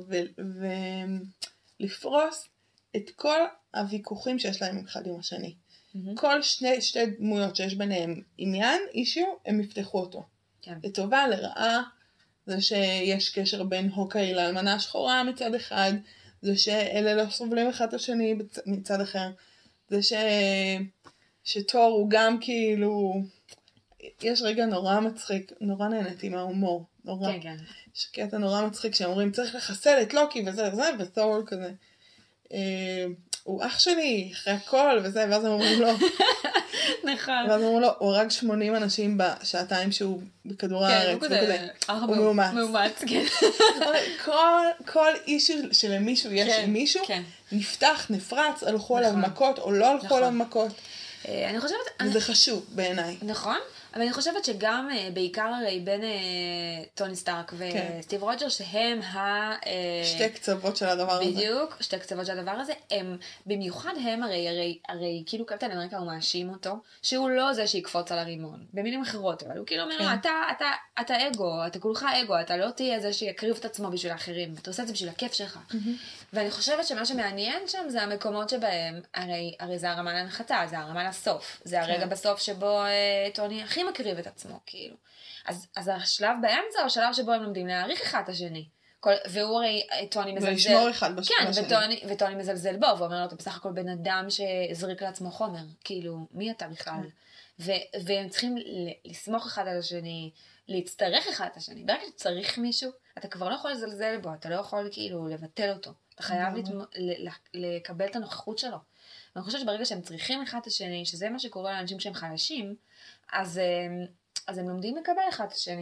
ולפרוס את כל הוויכוחים שיש להם אחד עם השני. כל שתי דמויות שיש ביניהם עניין, אישיו, הם יפתחו אותו. לטובה, לרעה, זה שיש קשר בין הוקאי לאלמנה השחורה מצד אחד, זה שאלה לא סובלים אחד את השני מצד אחר, זה שתור הוא גם כאילו, יש רגע נורא מצחיק, נורא נהנתי מההומור, נורא. כן, כן. יש קטע נורא מצחיק שאומרים צריך לחסל את לוקי וזה וזה, ותור כזה. הוא אח שלי, אחרי הכל וזה, ואז הם אומרים לו, נכון. ואז אמרו לו, הוא הרג 80 אנשים בשעתיים שהוא בכדור הארץ. הוא מאומץ. מאומץ, כן. כל אישו שלמישהו יש עם מישהו, נפתח, נפרץ, הלכו עליו מכות או לא הלכו עליו מכות. אני חושבת... וזה חשוב בעיניי. נכון, אבל אני חושבת שגם בעיקר הרי בין טוני סטארק וסטיב רוג'ר, שהם שתי קצוות של הדבר הזה. בדיוק, שתי קצוות של הדבר הזה, הם, במיוחד הם הרי כאילו קפטן אמריקה הוא מאשים אותו, שהוא לא זה שיקפוץ על הרימון, במילים אחרות, אבל הוא כאילו אומר לו, אתה אגו, אתה כולך אגו, אתה לא תהיה זה שיקריב את עצמו בשביל האחרים, אתה עושה את זה בשביל הכיף שלך. ואני חושבת שמה שמעניין שם זה המקומות שבהם, הרי זה הרמה להנחתה, זה הרמה לסוף, זה הרגע בסוף שבו טוני הכי מקריב את עצמו, כאילו. אז השלב באמצע הוא השלב שבו הם לומדים להעריך אחד את השני. והוא הרי, טוני מזלזל. ולשמור אחד בשני. כן, וטוני מזלזל בו, ואומר לו, אתה בסך הכל בן אדם שהזריק לעצמו חומר. כאילו, מי אתה בכלל? והם צריכים לסמוך אחד על השני, להצטרך אחד את השני. ברגע שצריך מישהו, אתה כבר לא יכול לזלזל בו, אתה לא יכול כאילו לבטל אותו. אתה חייב לקבל את הנוכחות שלו. ואני חושבת שברגע שהם צריכים אחד את השני, שזה מה שקורה לאנשים כשהם חלשים, אז הם לומדים לקבל אחד את השני.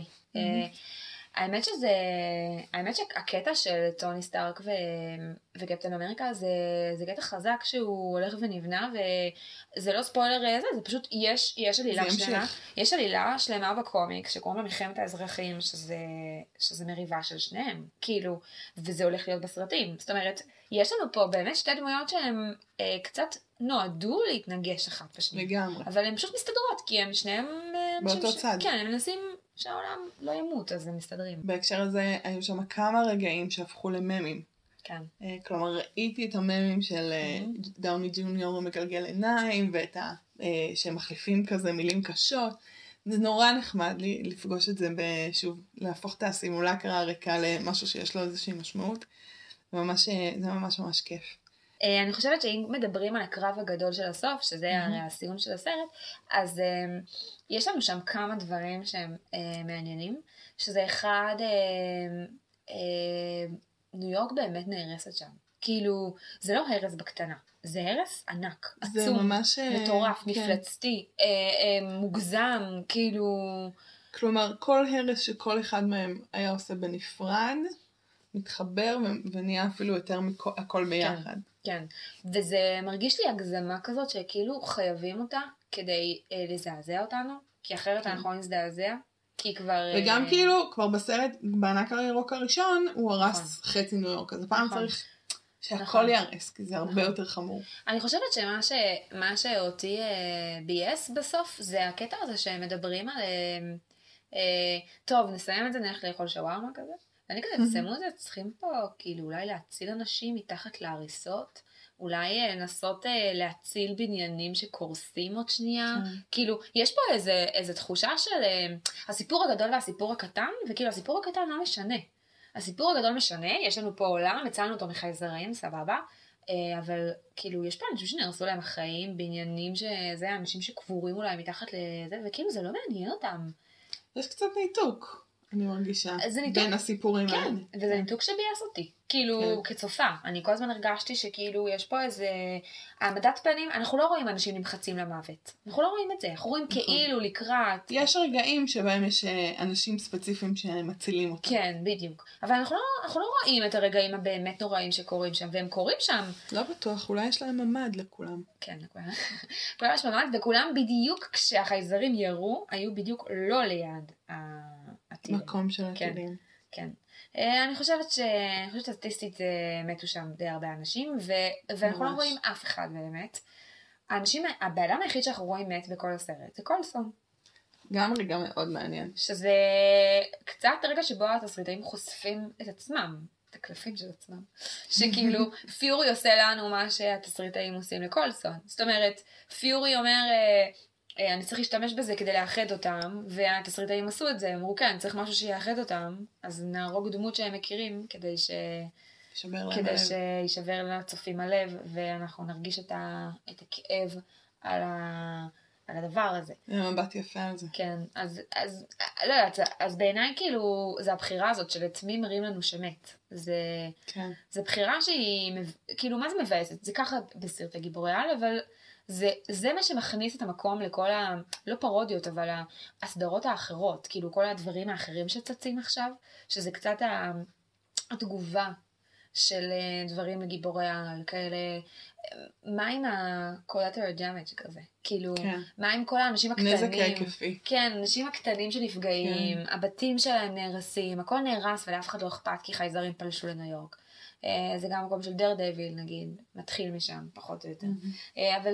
האמת שהקטע של טוני סטארק וקפטן אמריקה זה קטע חזק שהוא הולך ונבנה, וזה לא ספוילר זה פשוט יש עלילה שלמה. יש עלילה שלמה בקומיק שקוראים לה מלחמת האזרחים, שזה מריבה של שניהם, כאילו, וזה הולך להיות בסרטים. זאת אומרת, יש לנו פה באמת שתי דמויות שהן קצת נועדו להתנגש אחת בשנייה. לגמרי. אבל הן פשוט מסתדרות, כי הם שניהם... באותו צד. כן, הם מנסים שהעולם לא ימות, אז הם מסתדרים. בהקשר הזה, היו שם כמה רגעים שהפכו לממים. כן. כלומר, ראיתי את הממים של דאוני ג'וניור מגלגל עיניים, ואת שהם מחליפים כזה מילים קשות. זה נורא נחמד לי לפגוש את זה שוב, להפוך את הסימולקרה הריקה למשהו שיש לו איזושהי משמעות. זה ממש ממש כיף. אני חושבת שאם מדברים על הקרב הגדול של הסוף, שזה הרי הסיום של הסרט, אז יש לנו שם כמה דברים שהם מעניינים, שזה אחד, ניו יורק באמת נהרסת שם. כאילו, זה לא הרס בקטנה, זה הרס ענק, עצום, מטורף, מפלצתי, מוגזם, כאילו... כלומר, כל הרס שכל אחד מהם היה עושה בנפרד, מתחבר ונהיה אפילו יותר הכל ביחד. כן, וזה מרגיש לי הגזמה כזאת שכאילו חייבים אותה כדי לזעזע אותנו, כי אחרת אנחנו לא נזדעזע, כי כבר... וגם כאילו, כבר בסרט, בענק הירוק הראשון, הוא הרס חצי ניו יורק, אז הפעם צריך שהכל ירס, כי זה הרבה יותר חמור. אני חושבת שמה שאותי בייס בסוף, זה הקטע הזה שהם מדברים על... טוב, נסיים את זה, נלך לאכול שווארמה כזה. ואני כזה, תסיימו את זה, צריכים פה כאילו אולי להציל אנשים מתחת להריסות, אולי לנסות להציל בניינים שקורסים עוד שנייה, כאילו יש פה איזה תחושה של הסיפור הגדול והסיפור הקטן, וכאילו הסיפור הקטן לא משנה. הסיפור הגדול משנה, יש לנו פה עולם, הצלנו אותו מחייזרים, סבבה, אבל כאילו יש פה אנשים שנהרסו להם החיים, בניינים שזה אנשים שקבורים אולי מתחת לזה, וכאילו זה לא מעניין אותם. יש קצת ניתוק. אני מרגישה בין הסיפורים האלה. כן, וזה ניתוק שבייס אותי. כאילו, כצופה. אני כל הזמן הרגשתי שכאילו יש פה איזה... העמדת פנים, אנחנו לא רואים אנשים נמחצים למוות. אנחנו לא רואים את זה. אנחנו רואים כאילו לקראת... יש רגעים שבהם יש אנשים ספציפיים שמצילים אותם. כן, בדיוק. אבל אנחנו לא רואים את הרגעים הבאמת נוראים שקורים שם, והם קורים שם. לא בטוח, אולי יש להם ממד לכולם. כן, לכולם. כולם יש ממד, וכולם בדיוק כשהחייזרים ירו, היו בדיוק לא ליד מקום של עתידים. כן. אני חושבת שסטטיסטית מתו שם די הרבה אנשים, ואנחנו לא רואים אף אחד באמת. הבאדם היחיד שאנחנו רואים מת בכל הסרט, זה קולסון. גם רגע מאוד מעניין. שזה קצת רגע שבו התסריטאים חושפים את עצמם, את הקלפים של עצמם. שכאילו, פיורי עושה לנו מה שהתסריטאים עושים לקולסון. זאת אומרת, פיורי אומר... אני צריך להשתמש בזה כדי לאחד אותם, והתסריטאים עשו את זה, אמרו כן, צריך משהו שיאחד אותם, אז נהרוג דמות שהם מכירים, כדי שישבר לצופים הלב, ואנחנו נרגיש את הכאב על הדבר הזה. זה מבט יפה על זה. כן, אז לא יודעת, אז בעיניי כאילו, זה הבחירה הזאת של את מי מרים לנו שמת. זה בחירה שהיא, כאילו, מה זה מבאסת? זה ככה בסרטי גיבורי על, אבל זה מה שמכניס את המקום לכל לא פרודיות, אבל הסדרות האחרות, כאילו כל הדברים האחרים שצצים עכשיו, שזה קצת התגובה של דברים לגיבורי על, כאלה, מה עם ה-collateral damage כזה? כאילו, מה עם כל האנשים הקטנים? נזק היקפי. כן, אנשים הקטנים שנפגעים, הבתים שלהם נהרסים, הכל נהרס ולאף אחד לא אכפת כי חייזרים פלשו לניו יורק. זה גם מקום של דרדביל נגיד, מתחיל משם פחות או יותר. אבל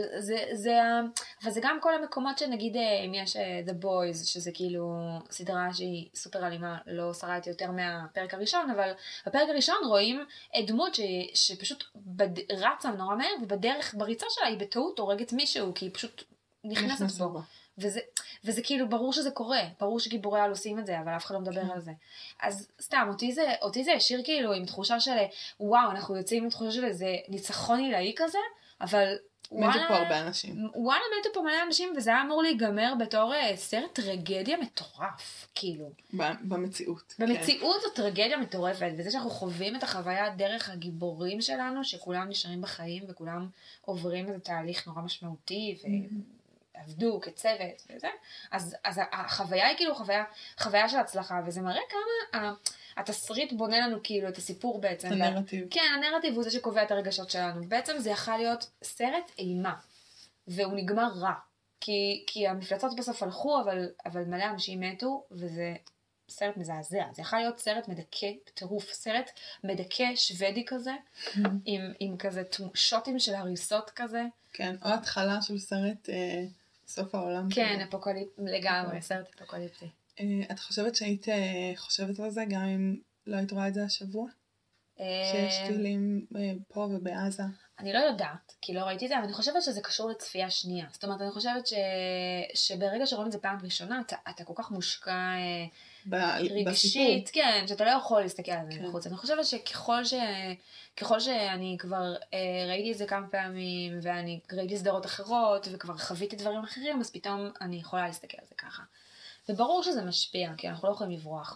זה גם כל המקומות שנגיד אם יש The Boys, שזה כאילו סדרה שהיא סופר אלימה, לא שרדתי יותר מהפרק הראשון, אבל בפרק הראשון רואים דמות שפשוט רצה נורא מהר, ובדרך בריצה שלה היא בטעות הורגת מישהו, כי היא פשוט נכנסת בו. וזה כאילו ברור שזה קורה, ברור שגיבורי על עושים את זה, אבל אף אחד לא מדבר על זה. אז סתם, אותי זה השאיר כאילו עם תחושה של, וואו, אנחנו יוצאים עם תחושה של איזה ניצחון עילאי כזה, אבל מתו פה הרבה אנשים. וואלה, מתו פה מלא אנשים, וזה היה אמור להיגמר בתור סרט טרגדיה מטורף, כאילו. במציאות. במציאות זו טרגדיה מטורפת, וזה שאנחנו חווים את החוויה דרך הגיבורים שלנו, שכולם נשארים בחיים, וכולם עוברים איזה תהליך נורא משמעותי, עבדו כצוות וזה, אז החוויה היא כאילו חוויה של הצלחה, וזה מראה כמה התסריט בונה לנו כאילו את הסיפור בעצם. הנרטיב. כן, הנרטיב הוא זה שקובע את הרגשות שלנו. בעצם זה יכול להיות סרט אימה, והוא נגמר רע, כי המפלצות בסוף הלכו, אבל מלא אנשים מתו, וזה סרט מזעזע. זה יכול להיות סרט מדכא, טירוף, סרט מדכא שוודי כזה, עם כזה שוטים של הריסות כזה. כן, או התחלה של סרט סוף העולם. כן, לגמרי, סרט אפוקליפטי. את חושבת שהיית חושבת על זה גם אם לא היית רואה את זה השבוע? שיש טילים פה ובעזה? אני לא יודעת, כי לא ראיתי את זה, אבל אני חושבת שזה קשור לצפייה שנייה. זאת אומרת, אני חושבת שברגע שרואים את זה פעם ראשונה, אתה כל כך מושקע רגשית, כן, שאתה לא יכול להסתכל על זה מחוץ. אני חושבת שככל שאני כבר ראיתי את זה כמה פעמים, ואני ראיתי סדרות אחרות, וכבר חוויתי דברים אחרים, אז פתאום אני יכולה להסתכל על זה ככה. וברור שזה משפיע, כי אנחנו לא יכולים לברוח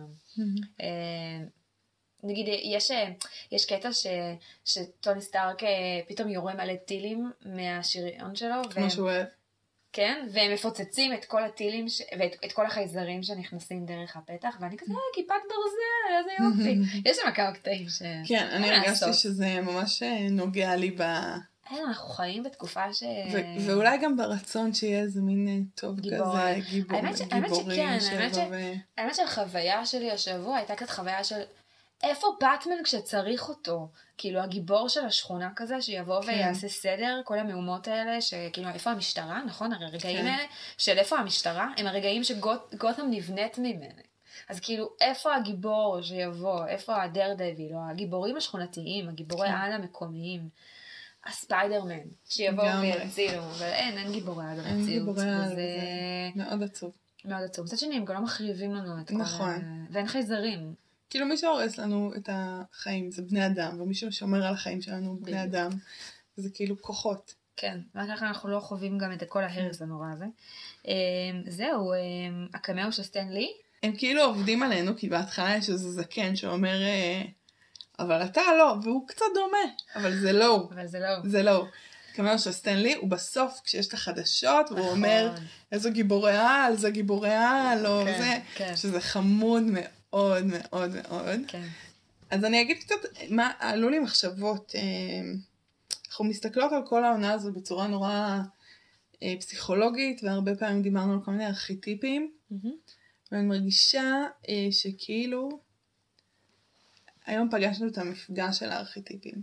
נגיד, יש קטע שטוני סטארק פתאום יורה מלא טילים מהשריון שלו. כמו שהוא אוהב. כן, והם מפוצצים את כל הטילים, ואת כל החייזרים שנכנסים דרך הפתח, ואני כזה, כיפת ברזל, איזה יופי. יש שם כמה קטעים כן, אני הרגשתי שזה ממש נוגע לי אנחנו חיים בתקופה ואולי גם ברצון שיהיה איזה מין טוב כזה, גיבורים. האמת שהחוויה שלי השבוע הייתה קצת חוויה של איפה באטמן כשצריך אותו? כאילו הגיבור של השכונה כזה שיבוא ויעשה סדר, כל המהומות האלה, שכאילו איפה המשטרה, נכון? הרגעים האלה של איפה המשטרה, הם הרגעים שגותם נבנית ממנה. אז כאילו איפה הגיבור שיבוא, איפה הדרדביל, או הגיבורים השכונתיים, הגיבורי העל המקומיים. הספיידרמן, שיבואו ויצילו, אבל אין גיבורי על המציאות. אין גיבורי על, זה מאוד עצוב. מאוד עצוב. מצד שני, הם גם לא מחריבים לנו את כל... נכון. ואין חייזרים. כאילו מי שהורס לנו את החיים זה בני אדם, ומי ששומר על החיים שלנו בני אדם, זה כאילו כוחות. כן, וככה אנחנו לא חווים גם את כל ההרס הנורא הזה. זהו, הקמאו של סטן לי. הם כאילו עובדים עלינו, כי בהתחלה יש איזה זקן שאומר... אבל אתה לא, והוא קצת דומה, אבל זה לא. אבל זה לא. זה לא. כמובן של סטנלי, הוא בסוף, כשיש את החדשות, הוא אומר, איזה גיבורי על, זה גיבורי על, או זה, שזה חמוד מאוד מאוד מאוד. כן. אז אני אגיד קצת, מה, עלו לי מחשבות, אנחנו מסתכלות על כל העונה הזו בצורה נורא פסיכולוגית, והרבה פעמים דיברנו על כל מיני ארכיטיפים, ואני מרגישה שכאילו, היום פגשנו את המפגש של הארכיטיפים.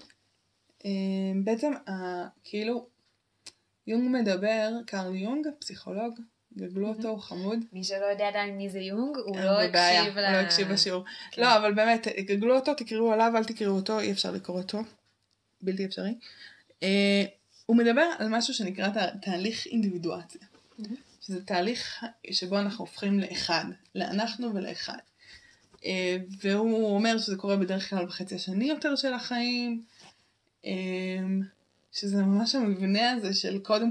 בעצם, כאילו, יונג מדבר, קרל יונג, פסיכולוג, גגלו אותו, הוא חמוד. מי שלא יודע עדיין מי זה יונג, הוא לא הקשיב הוא לא הקשיב בשיעור. לא, אבל באמת, גגלו אותו, תקראו עליו, אל תקראו אותו, אי אפשר לקרוא אותו. בלתי אפשרי. הוא מדבר על משהו שנקרא תהליך אינדיבידואציה. שזה תהליך שבו אנחנו הופכים לאחד, לאנחנו ולאחד. והוא אומר שזה קורה בדרך כלל בחצי השני יותר של החיים, שזה ממש המבנה הזה של קודם כל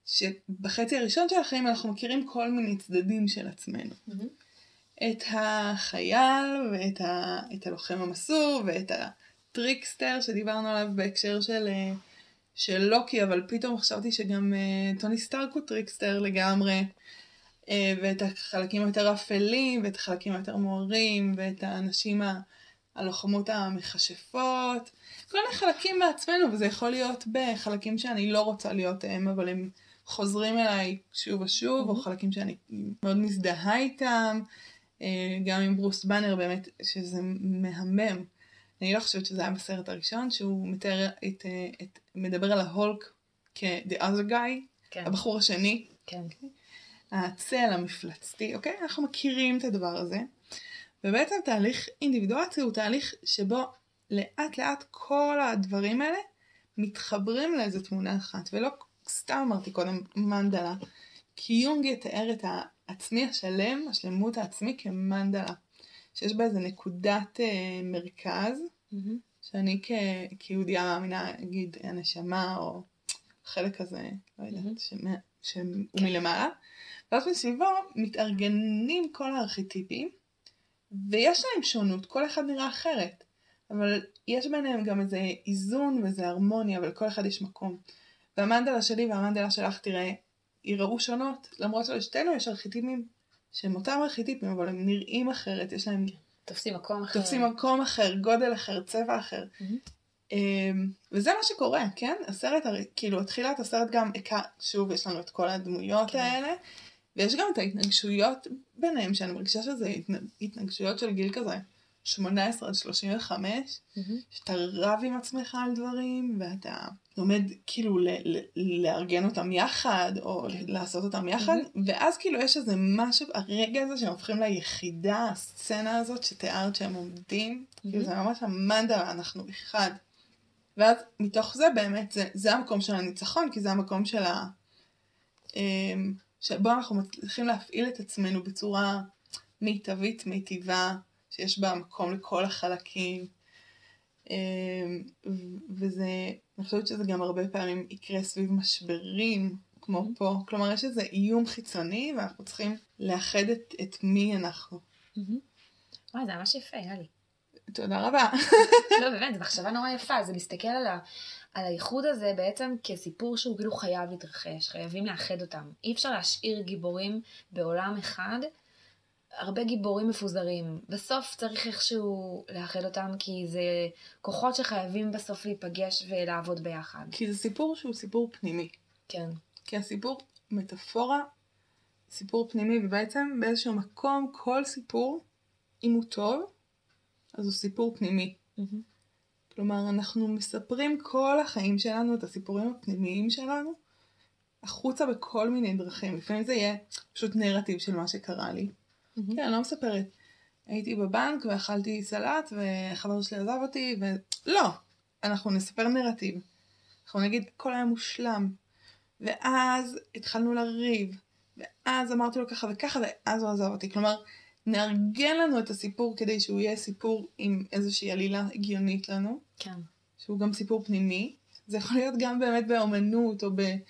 שבחצי הראשון של החיים אנחנו מכירים כל מיני צדדים של עצמנו. את החייל, ואת הלוחם המסור, ואת הטריקסטר שדיברנו עליו בהקשר של לוקי, אבל פתאום חשבתי שגם טוני סטארק הוא טריקסטר לגמרי, ואת החלקים היותר אפלים, ואת החלקים היותר מוארים, ואת האנשים הלוחמות המכשפות, כל מיני חלקים מעצמנו, וזה יכול להיות בחלקים שאני לא רוצה להיות הם, אבל הם חוזרים אליי שוב ושוב, או חלקים שאני מאוד מזדהה איתם, גם עם ברוס בנר באמת, שזה מהמם. אני לא חושבת שזה היה בסרט הראשון, שהוא מדבר על ההולק כ-the other guy, כן. הבחור השני, כן. הצל המפלצתי, אוקיי? אנחנו מכירים את הדבר הזה, ובעצם תהליך אינדיבידואציה הוא תהליך שבו לאט לאט כל הדברים האלה מתחברים לאיזו תמונה אחת, ולא סתם אמרתי קודם מנדלה, כי יונג יתאר את העצמי השלם, השלמות העצמי כמנדלה, שיש בה איזו נקודת מרכז, שאני כיהודיה מאמינה, אגיד, הנשמה, או חלק כזה, לא יודעת, שהוא מלמעלה, ואז מסביבו מתארגנים כל הארכיטיפים, ויש להם שונות, כל אחד נראה אחרת, אבל יש ביניהם גם איזה איזון ואיזה הרמוניה, ולכל אחד יש מקום. והמנדלה שלי והמנדלה שלך יראו שונות, למרות שלשתינו יש ארכיטיפים שהם אותם ארכיטיפים, אבל הם נראים אחרת, יש להם... תופסים מקום אחר. תופסים מקום אחר, גודל אחר, צבע אחר. וזה מה שקורה, כן? הסרט, כאילו, התחילת הסרט גם, שוב, יש לנו את כל הדמויות האלה, ויש גם את ההתנגשויות ביניהם, שאני מרגישה שזה התנגשויות של גיל כזה, 18 עד 35, שאתה רב עם עצמך על דברים, ואתה לומד כאילו לארגן אותם יחד, או לעשות אותם יחד, ואז כאילו יש איזה משהו, הרגע הזה שהם הופכים ליחידה, הסצנה הזאת שתיארת שהם עומדים, כאילו זה ממש המנדלה, אנחנו אחד. ואז מתוך זה באמת, זה המקום של הניצחון, כי זה המקום של שבו אנחנו מצליחים להפעיל את עצמנו בצורה מיטבית, מיטיבה, שיש בה מקום לכל החלקים, וזה, אני חושבת שזה גם הרבה פעמים יקרה סביב משברים, כמו פה, כלומר יש איזה איום חיצוני, ואנחנו צריכים לאחד את מי אנחנו. וואי, זה ממש יפה, יאללה. תודה רבה. לא, באמת, זו מחשבה נורא יפה, זה מסתכל על הייחוד הזה בעצם כסיפור שהוא כאילו חייב להתרחש, חייבים לאחד אותם. אי אפשר להשאיר גיבורים בעולם אחד, הרבה גיבורים מפוזרים. בסוף צריך איכשהו לאחד אותם, כי זה כוחות שחייבים בסוף להיפגש ולעבוד ביחד. כי זה סיפור שהוא סיפור פנימי. כן. כי הסיפור מטאפורה, סיפור פנימי, ובעצם באיזשהו מקום כל סיפור, אם הוא טוב, אז הוא סיפור פנימי. כלומר, אנחנו מספרים כל החיים שלנו, את הסיפורים הפנימיים שלנו, החוצה בכל מיני דרכים. לפעמים זה יהיה פשוט נרטיב של מה שקרה לי. כן, אני לא מספרת. הייתי בבנק ואכלתי סלט, וחבר שלי עזב אותי, לא, אנחנו נספר נרטיב. אנחנו נגיד, כל היה מושלם. ואז התחלנו לריב, ואז אמרתי לו ככה וככה, ואז הוא עזב אותי. כלומר, נארגן לנו את הסיפור כדי שהוא יהיה סיפור עם איזושהי עלילה הגיונית לנו. כן. שהוא גם סיפור פנימי. זה יכול להיות גם באמת באומנות, או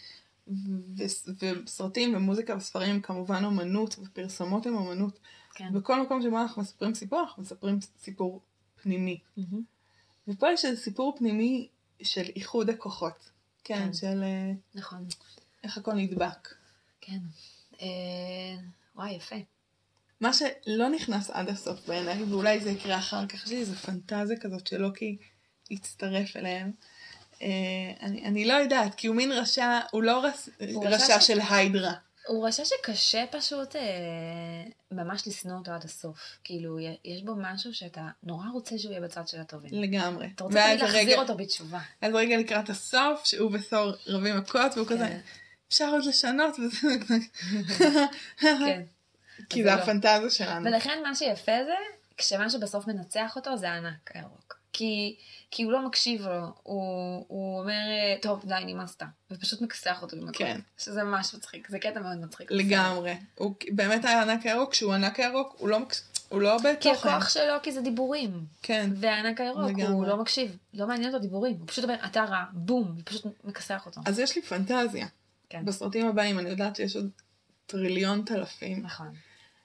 בסרטים ומוזיקה וספרים, כמובן אומנות, ופרסומות עם אומנות. כן. בכל מקום שבו אנחנו מספרים סיפור, אנחנו מספרים סיפור פנימי. ופה יש איזה סיפור פנימי של איחוד הכוחות. כן, של... נכון. איך הכל נדבק. כן. וואי, יפה. מה שלא נכנס עד הסוף בעיניי, ואולי זה יקרה אחר כך, שלי זה פנטזיה כזאת שלוקי יצטרף אליהם. אני לא יודעת, כי הוא מין רשע, הוא לא רשע של היידרה. הוא רשע שקשה פשוט ממש לשנוא אותו עד הסוף. כאילו, יש בו משהו שאתה נורא רוצה שהוא יהיה בצד של הטובים. לגמרי. אתה רוצה תמיד להחזיר אותו בתשובה. אז רגע לקראת הסוף, שהוא ותור רבים מכות, והוא כזה, אפשר עוד לשנות, וזה... כן. כי זה הפנטזיה שלנו. ולכן מה שיפה זה, כשמה שבסוף מנצח אותו, זה הענק הירוק. כי הוא לא מקשיב לו, הוא אומר, טוב, די, נמאסת, ופשוט מכסח אותו במקום. כן. שזה ממש מצחיק, זה קטע מאוד מצחיק. לגמרי. הוא באמת הענק הירוק, כשהוא הענק הירוק, הוא לא בתוכן. כי הכוח שלו, כי זה דיבורים. כן. והענק הירוק, הוא לא מקשיב, לא מעניין אותו דיבורים, הוא פשוט אומר, אתה רע, בום, ופשוט מכסח אותו. אז יש לי פנטזיה. כן. בסרטים הבאים אני יודעת שיש עוד טריליון תלפים. נכון.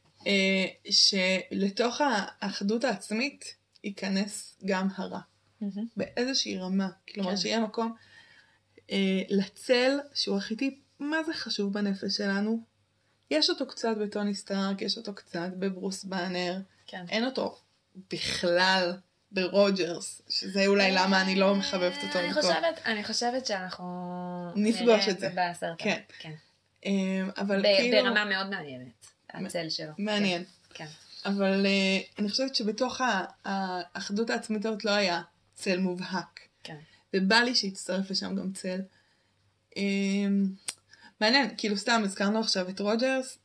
שלתוך האחדות העצמית ייכנס גם הרע. באיזושהי רמה. כלומר שיהיה מקום לצל שהוא ארכיטיפ, מה זה חשוב בנפש שלנו? יש אותו קצת בטוני סטארק, יש אותו קצת בברוס באנר, אין אותו בכלל ברוג'רס, שזה אולי למה אני לא מחבבת אותו. אני חושבת שאנחנו נפגוש את זה. בסרט. כן. אבל כאילו... ברמה מאוד מעניינת, הצל שלו. מעניין. כן. אבל אני חושבת שבתוך האחדות העצמית הזאת לא היה צל מובהק. כן. ובא לי שהצטרף לשם גם צל. מעניין, כאילו סתם הזכרנו עכשיו את רוג'רס,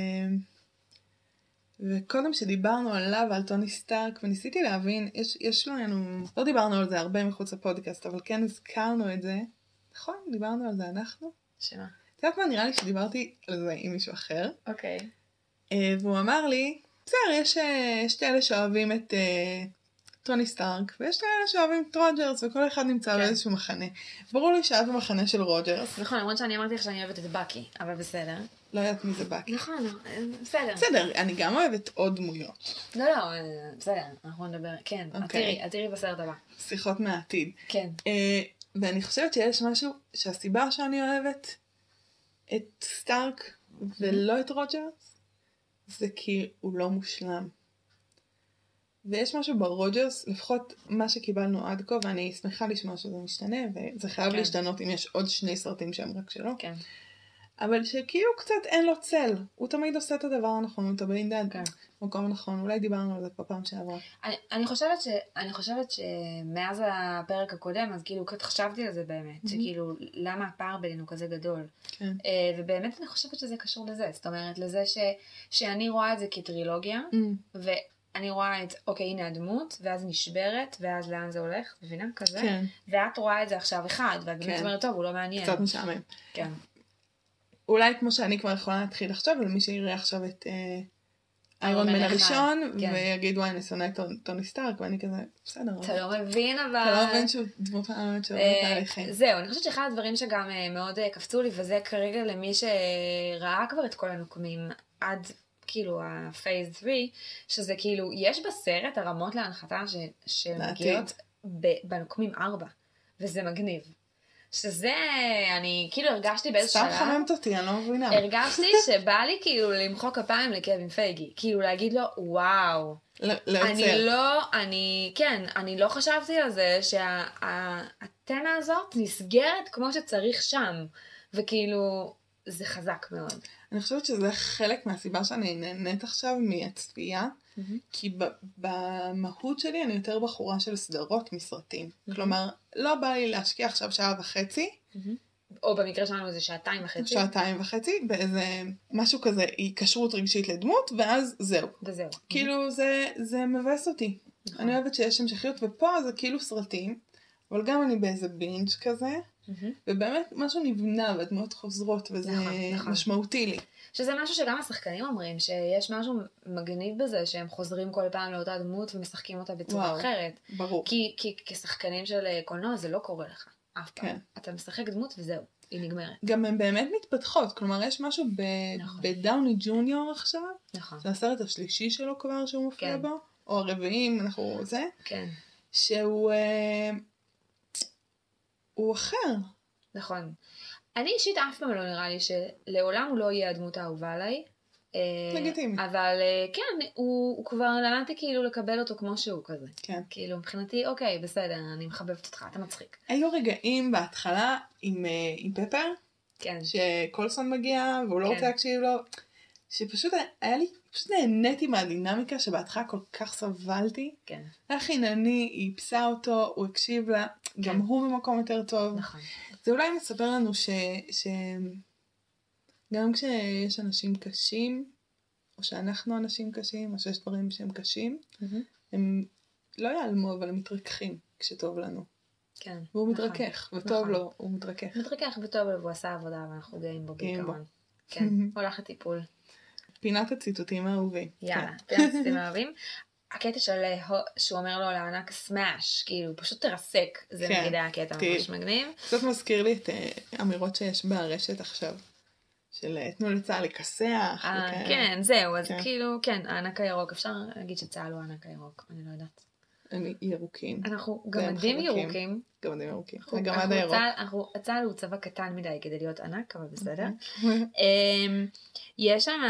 וקודם שדיברנו עליו ועל טוני סטארק, וניסיתי להבין, יש לנו, לא דיברנו על זה הרבה מחוץ לפודקאסט, אבל כן הזכרנו את זה. נכון? דיברנו על זה אנחנו? שמה? את יודעת מה, נראה לי שדיברתי על זה עם מישהו אחר. אוקיי. והוא אמר לי, בסדר, יש כאלה שאוהבים את טוני סטארק, ויש כאלה שאוהבים את רוג'רס, וכל אחד נמצא באיזשהו מחנה. ברור לי שאת במחנה של רוג'רס. נכון, למרות שאני אמרתי לך שאני אוהבת את בקי, אבל בסדר. לא יודעת מי זה בקי. נכון, בסדר. בסדר, אני גם אוהבת עוד דמויות. לא, בסדר, אנחנו נדבר, כן. תראי בסרט הבא. שיחות מהעתיד. כן. ואני חושבת שיש משהו שהסיבה שאני אוהבת את סטארק ולא את רוג'רס, זה כי הוא לא מושלם. ויש משהו ברוג'רס, לפחות מה שקיבלנו עד כה, ואני שמחה לשמוע שזה משתנה, וזה חייב להשתנות אם יש עוד 2 סרטים שהם רק שלו. כן. אבל שכאילו קצת אין לו צל. הוא תמיד עושה את הדבר הנכון, הוא תמיד מקום נכון. אולי דיברנו על זה בפעם שעברה. אני חושבת שמאז הפרק הקודם, אז כאילו קצת חשבתי על זה באמת, שכאילו למה הפער בינינו כזה גדול. כן. ובאמת אני חושבת שזה קשור לזה. זאת אומרת, לזה שאני רואה את זה כטרילוגיה, אני רואה את, אוקיי, הנה הדמות, ואז נשברת, ואז לאן זה הולך, מבינה? כזה. כן. ואת רואה את זה עכשיו אחד, ואת באמת אומרת, טוב, הוא לא מעניין. קצת משעמם. כן. אולי כמו שאני כבר יכולה להתחיל לחשוב, על מי שיראה עכשיו את איירון מן הראשון, ויגיד, וואי, אני שונא את טוני סטארק, ואני כזה, בסדר. אתה לא מבין, אבל... אתה לא מבין שהוא דמות העמת שעוברת תהליכים. זהו, אני חושבת שאחד הדברים שגם מאוד קפצו לי, וזה כרגע למי שראה כבר את כל הנוקמים עד... כאילו הפייז 3, שזה כאילו, יש בסרט הרמות להנחתה שמגיעות בנוקמים 4, וזה מגניב. שזה, אני כאילו הרגשתי באיזה שלב. סתם חממת אותי, אני לא מבינה. הרגשתי שבא לי כאילו למחוא כפיים לקווין פייגי. כאילו להגיד לו, וואו. אני לא חשבתי על זה שהתמה הזאת נסגרת כמו שצריך שם. וכאילו, זה חזק מאוד. אני חושבת שזה חלק מהסיבה שאני נהנית עכשיו מהצפייה, כי במהות שלי אני יותר בחורה של סדרות מסרטים. כלומר, לא בא לי להשקיע עכשיו 1.5 שעות, או במקרה שלנו זה 2.5 2.5, באיזה משהו כזה, היא קשרות רגשית לדמות, ואז זהו. וזהו. כאילו זה מבאס אותי. אני אוהבת שיש המשכיות, ופה זה כאילו סרטים, אבל גם אני באיזה בינג' כזה, ובאמת משהו נבנה והדמות חוזרות, וזה משמעותי לי. שזה משהו שגם השחקנים אומרים, שיש משהו מגניב בזה, שהם חוזרים כל פעם לאותה דמות ומשחקים אותה בצורה אחרת. ברור. כי כשחקנים של קולנוע זה לא קורה לך, אף פעם. אתה משחק דמות וזהו, היא נגמרת. גם הן באמת מתפתחות, כלומר יש משהו בדאוני ג'וניור עכשיו, זה הסרט השלישי שלו כבר שהוא מופיע בו, או הרביעים, אנחנו זה, שהוא אחר. נכון. אני אישית אף פעם לא נראה לי שלעולם הוא לא יהיה הדמות האהובה עליי. לגיטימי. אבל כן, הוא כבר למדתי כאילו לקבל אותו כמו שהוא כזה. כן. כאילו מבחינתי, אוקיי, בסדר, אני מחבבת אותך, אתה מצחיק. היו רגעים בהתחלה עם פפר, כן. שקולסון מגיע והוא לא רוצה להקשיב לו, שפשוט היה לי, פשוט נהניתי מהדינמיקה שבהתחלה כל כך סבלתי. כן. היה חינני, היא איפסה אותו, הוא הקשיב לה, גם הוא במקום יותר טוב. נכון. זה אולי מספר לנו גם כשיש אנשים קשים, או שאנחנו אנשים קשים, או שיש דברים שהם קשים, הם לא יעלמו, אבל הם מתרככים כשטוב לנו. כן. והוא מתרכך, וטוב לו, הוא מתרכך. מתרכך וטוב לו, והוא עשה עבודה, ואנחנו גאים בו בעיקרון. כן, הולך לטיפול. פינת הציטוטים האהובים. יאללה, פינת הציטוטים האהובים. הקטע שהוא אומר לו לענק סמאש, כאילו פשוט תרסק, זה נגיד היה קטע ממש מגניב. קצת מזכיר לי את אמירות שיש ברשת עכשיו, של תנו לצהל לכסח. כן, זהו, אז כאילו, כן, הענק הירוק, אפשר להגיד שצהל הוא הענק הירוק, אני לא יודעת. הם ירוקים. אנחנו גמדים ירוקים. גמדים ירוקים. הגמד הירוק. הצהל הוא צבא קטן מדי כדי להיות ענק, אבל בסדר. יש שם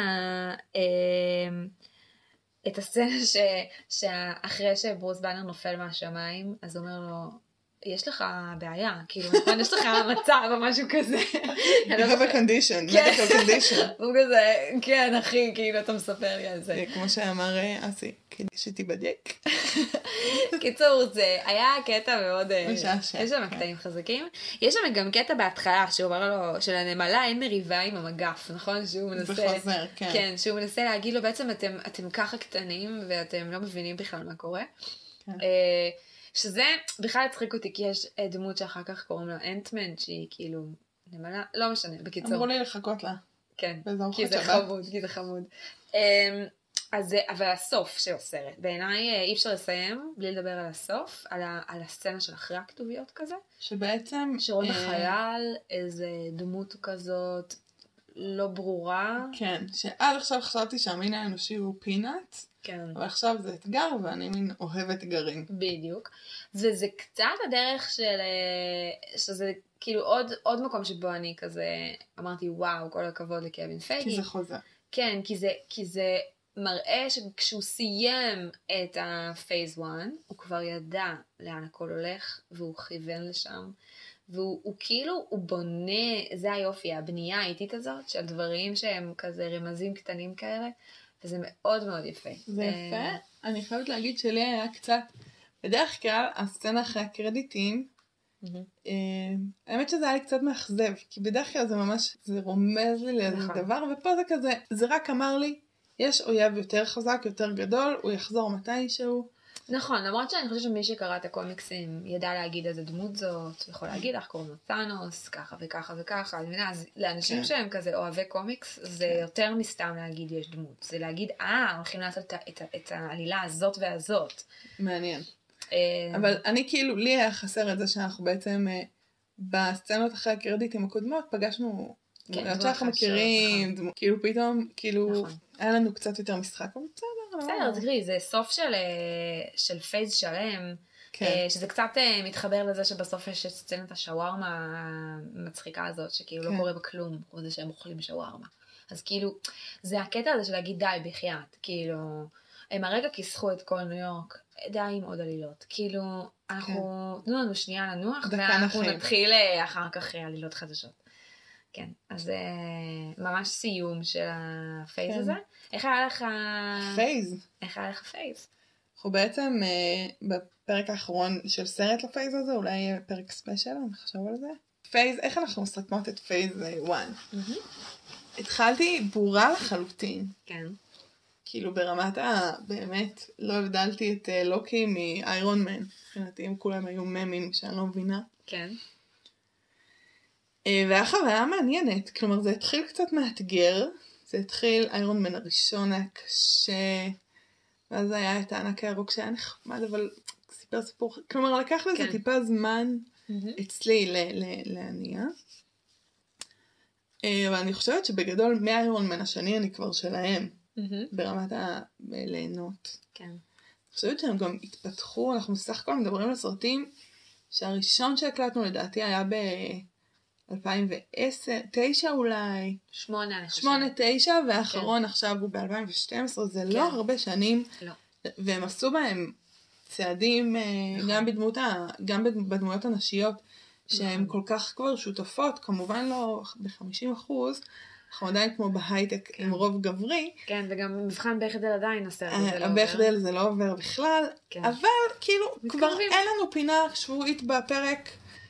את הסצנה שאחרי שברוס בנר נופל מהשמיים, אז הוא אומר לו, יש לך בעיה, כאילו, יש לך מצב או משהו כזה. You have a condition, medical condition. הוא כזה, כן אחי, כאילו אתה מספר לי על זה. כמו שאמר אסי, כדי שתיבדק. קיצור, זה היה קטע מאוד, משעשע. יש שם קטעים חזקים. יש שם גם קטע בהתחלה, שהוא אומר לו, שלנמלה אין מריבה עם המגף, נכון? שהוא מנסה, זה חוזר, כן. כן, שהוא מנסה להגיד לו, בעצם אתם ככה קטנים, ואתם לא מבינים בכלל מה קורה. כן. שזה בכלל הצחיק אותי, כי יש דמות שאחר כך קוראים לה אנטמן, שהיא כאילו נמלה, לא משנה, בקיצור. אמרו לי לחכות לה. כן, כי זה חמוד. אז, אבל הסוף של הסרט, בעיניי אי אפשר לסיים בלי לדבר על הסוף, על הסצנה של אחרי הכתוביות כזה. שבעצם... שרון החייל, איזה דמות כזאת לא ברורה. כן, שעד עכשיו חשבתי שהמין האנושי הוא פינאט. כן. אבל עכשיו זה אתגר, ואני מין אוהב אתגרים. בדיוק. וזה קצת הדרך שזה כאילו עוד מקום שבו אני כזה אמרתי, וואו, כל הכבוד לקווין פייגי. כי זה חוזר. כן, כי זה מראה שכשהוא סיים את הפייס 1, הוא כבר ידע לאן הכל הולך, והוא כיוון לשם. והוא כאילו, הוא בונה, זה היופי, הבנייה האיטית הזאת, של דברים שהם כזה רמזים קטנים כאלה, וזה מאוד מאוד יפה. זה יפה. אני חייבת להגיד שלי היה קצת, בדרך כלל, הסצנה אחרי הקרדיטים, האמת שזה היה לי קצת מאכזב, כי בדרך כלל זה ממש, זה רומז לי לאיזה דבר, ופה זה כזה, זה רק אמר לי, יש אויב יותר חזק, יותר גדול, הוא יחזור מתישהו. נכון, למרות שאני חושבת שמי שקרא את הקומיקסים ידע להגיד איזה דמות זאת, יכול להגיד לך, קוראים לו טאנוס, ככה וככה וככה, אני מבינה, אז לאנשים שהם כזה אוהבי קומיקס, זה יותר מסתם להגיד יש דמות, זה להגיד, הולכים לעשות את העלילה הזאת והזאת. מעניין. אבל אני כאילו, לי היה חסר את זה שאנחנו בעצם, בסצנות אחרי הקרדיטים הקודמות, פגשנו, שאנחנו מכירים, כאילו פתאום, כאילו, היה לנו קצת יותר משחק, אבל בסדר, תקראי, זה סוף של פייז שלם, שזה קצת מתחבר לזה שבסוף יש סצנת השווארמה המצחיקה הזאת, שכאילו לא קורה בכלום, או זה שהם אוכלים שווארמה. אז כאילו, זה הקטע הזה של להגיד די בחייאת, כאילו, הם הרגע כיסחו את כל ניו יורק, די עם עוד עלילות, כאילו, תנו לנו שנייה לנוח, ואנחנו נתחיל אחר כך עלילות חדשות. כן, אז ממש סיום של הפייז הזה. איך היה לך... פייז? איך היה לך פייז? אנחנו בעצם בפרק האחרון של סרט לפייז הזה, אולי יהיה פרק ספיישל, אני חושב על זה. פייז, איך אנחנו מסתכמות את פייז 1? התחלתי בורה לחלוטין. כן. כאילו ברמת באמת לא הבדלתי את לוקי מאיירון מן. מבחינתי הם כולם היו ממים שאני לא מבינה. כן. והיה חוויה מעניינת, כלומר זה התחיל קצת מאתגר, זה התחיל, איירון מן הראשון היה קשה, ואז היה את הענק הירוק שהיה נחמד, אבל סיפר סיפור, כלומר לקח לזה טיפה זמן אצלי להניע, אבל אני חושבת שבגדול מאיירון מן השני אני כבר שלהם, ברמת הליהנות. כן. אני חושבת שהם גם התפתחו, אנחנו סך הכל מדברים על סרטים, שהראשון שהקלטנו לדעתי היה 2010, 9 אולי. 8, 9, והאחרון עכשיו הוא ב-2012, זה לא הרבה שנים. לא. והם עשו בהם צעדים, גם בדמויות הנשיות, שהן כל כך כבר שותפות, כמובן לא ב-50%, אנחנו עדיין כמו בהייטק עם רוב גברי. כן, וגם מבחן ביחדל עדיין הסרט הזה לא עובר. ביחדל זה לא עובר בכלל, אבל כאילו כבר אין לנו פינה שבועית בפרק,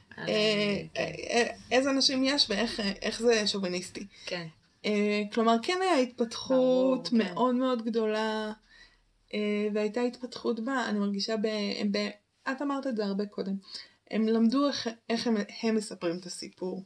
איזה אנשים יש ואיך זה שוביניסטי. כן. כלומר, כן היה התפתחות מאוד מאוד גדולה, והייתה התפתחות בה, אני מרגישה, את אמרת את זה הרבה קודם, הם למדו איך הם מספרים את הסיפור.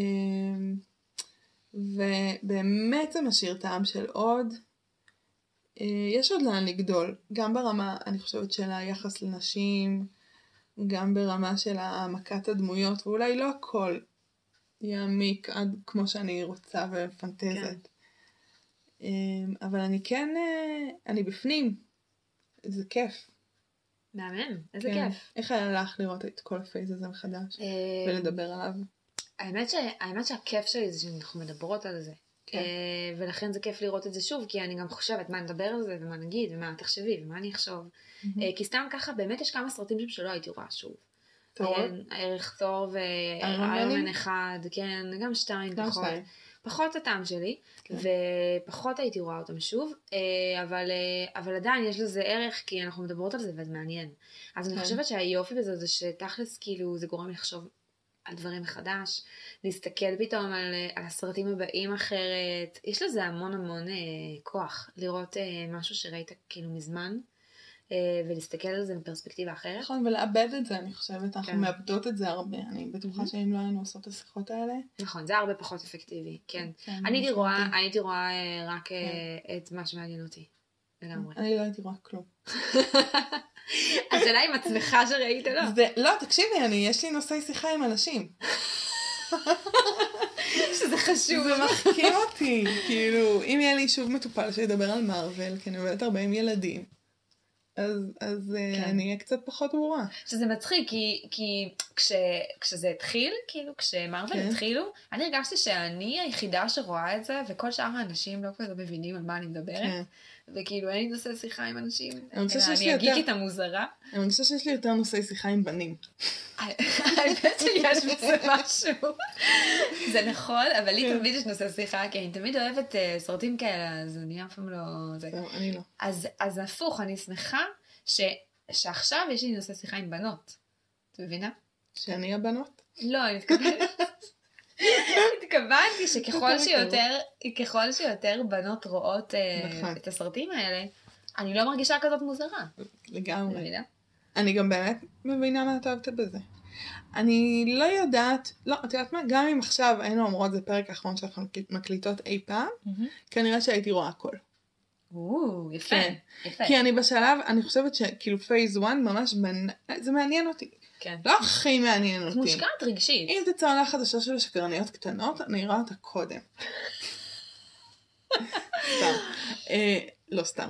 ובאמת זה משאיר טעם של עוד, יש עוד לאן לגדול, גם ברמה, אני חושבת, של היחס לנשים, גם ברמה של העמקת הדמויות, ואולי לא הכל יעמיק עד כמו שאני רוצה ופנטזת. אבל אני כן, אני בפנים, זה כיף. מהמם, איזה כיף. איך היה לך לראות את כל הפייס הזה מחדש ולדבר עליו? האמת שהכיף שלי זה שאנחנו מדברות על זה. ולכן זה כיף לראות את זה שוב, כי אני גם חושבת מה נדבר על זה ומה נגיד ומה תחשבי ומה אני אחשוב. כי סתם ככה באמת יש כמה סרטים שלא הייתי רואה שוב. הערך תור ואיירמן אחד, כן, גם 2 פחות. פחות הטעם שלי, ופחות הייתי רואה אותם שוב, אבל עדיין יש לזה ערך, כי אנחנו מדברות על זה וזה מעניין. אז אני חושבת שהיופי בזה זה שתכלס כאילו זה גורם לחשוב על דברים מחדש, להסתכל פתאום על הסרטים הבאים אחרת, יש לזה המון כוח, לראות משהו שראית כאילו מזמן, ולהסתכל על זה בפרספקטיבה אחרת. נכון, ולאבד את זה, אני חושבת, אנחנו מאבדות את זה הרבה, אני בטוחה שאם לא היינו עושות את השיחות האלה. נכון, זה הרבה פחות אפקטיבי, כן. אני הייתי רואה רק את מה שמעניין אותי, לגמרי. אני לא הייתי רואה כלום. השאלה עם עצמך שראית, לא? לא, תקשיבי, יש לי נושאי שיחה עם אנשים. שזה חשוב. זה מחכים אותי, כאילו, אם יהיה לי שוב מטופל שידבר על מארוול, כי אני עובדת הרבה עם ילדים. אז אני אהיה קצת פחות ברורה. שזה מצחיק, כי כשזה התחיל, כאילו, כשמרוול התחילו, אני הרגשתי שאני היחידה שרואה את זה, וכל שאר האנשים לא כזה מבינים על מה אני מדברת, וכאילו אין לי נושא שיחה עם אנשים, אני הגיקית המוזרה. אני חושבת שיש לי יותר נושאי שיחה עם בנים. האמת שיש בזה משהו. זה נכון, אבל לי תמיד יש נושא שיחה, כי אני תמיד אוהבת סרטים כאלה, אז אני אף פעם לא... אני לא. אז הפוך, אני שמחה שעכשיו יש לי נושא שיחה עם בנות. את מבינה? שאני הבנות? לא, אני התכוונתי שככל שיותר בנות רואות את הסרטים האלה, אני לא מרגישה כזאת מוזרה. לגמרי. אני גם באמת מבינה מה את אוהבת בזה. אני לא יודעת, לא, את יודעת מה? גם אם עכשיו היינו אומרות זה פרק האחרון שאנחנו מקליטות אי פעם, כנראה שהייתי רואה הכל. יפה. כי אני בשלב, אני חושבת שכאילו פייז 1 ממש, זה מעניין אותי. לא הכי מעניין אותי. מושקעת רגשית. אם תצא עונה חדשה של שקרניות קטנות, אני אראה אותה קודם. סתם. לא סתם.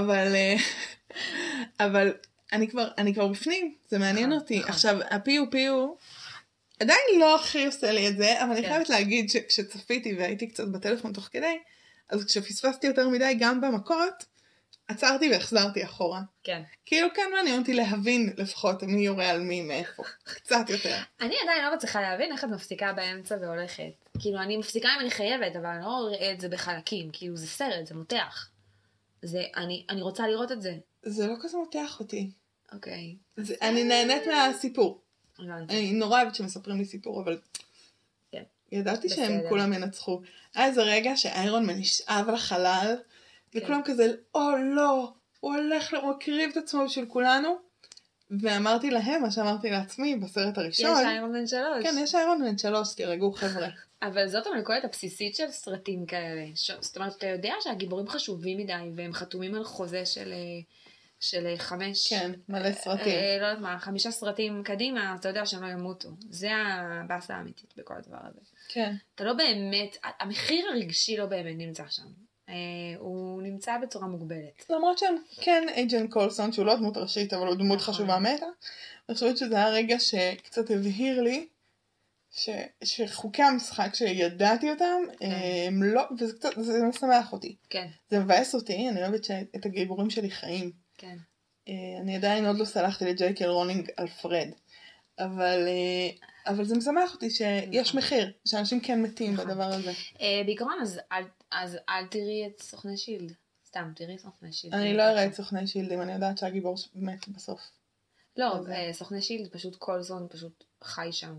אבל אני כבר בפנים, זה מעניין אותי. עכשיו, הפיו עדיין לא הכי עושה לי את זה, אבל אני חייבת להגיד שכשצפיתי והייתי קצת בטלפון תוך כדי, אז כשפספסתי יותר מדי גם במכות, עצרתי והחזרתי אחורה. כן. כאילו כן מעניין אותי להבין לפחות מי יורה על מי מאיפה. קצת יותר. אני עדיין לא מצליחה להבין איך את מפסיקה באמצע והולכת. כאילו אני מפסיקה אם אני חייבת, אבל אני לא רואה את זה בחלקים. כאילו זה סרט, זה מותח. אני רוצה לראות את זה. זה לא כזה מותח אותי. אוקיי. אני נהנית מהסיפור. הבנתי. אני נורא אוהבת שמספרים לי סיפור, אבל... כן. ידעתי שהם כולם ינצחו. היה איזה רגע שאיירון מן נשאב לחלל, וכולם כזה, לא, הוא הקריב את עצמו בשביל כולנו, ואמרתי להם מה שאמרתי לעצמי בסרט הראשון. יש איירון מן 3. כן, יש איירון מן 3, תרגעו חבר'ה. אבל זאת המלכודת הבסיסית של סרטים כאלה. זאת אומרת, אתה יודע שהגיבורים חשובים מדי, והם חתומים על חוזה של 5... כן, מלא סרטים. לא יודעת מה, 5 סרטים קדימה, אתה יודע שהם לא ימותו. זה הבאסה האמיתית בכל הדבר הזה. כן. אתה לא באמת, המחיר הרגשי לא באמת נמצא שם. הוא נמצא בצורה מוגבלת. למרות שהם כן אייג'נט קולסון, שהוא לא דמות ראשית, אבל הוא דמות חשובה מתה. אני חושבת שזה היה רגע שקצת הבהיר לי, שחוקי המשחק שידעתי אותם, הם לא, וזה משמח אותי. כן. זה מבאס אותי, אני אוהבת את הגיבורים שלי חיים. כן. אני עדיין עוד לא סלחתי לג'יי קל רולינג על פרד. אבל זה משמח אותי שיש מחיר, שאנשים כן מתים בדבר הזה. בעיקרון, אז אל תראי את סוכני שילד. סתם, תראי סוכני שילד. אני לא אראה את סוכני שילד, אם אני יודעת שהגיבור מת בסוף. לא, סוכני שילד פשוט קולסון פשוט חי שם.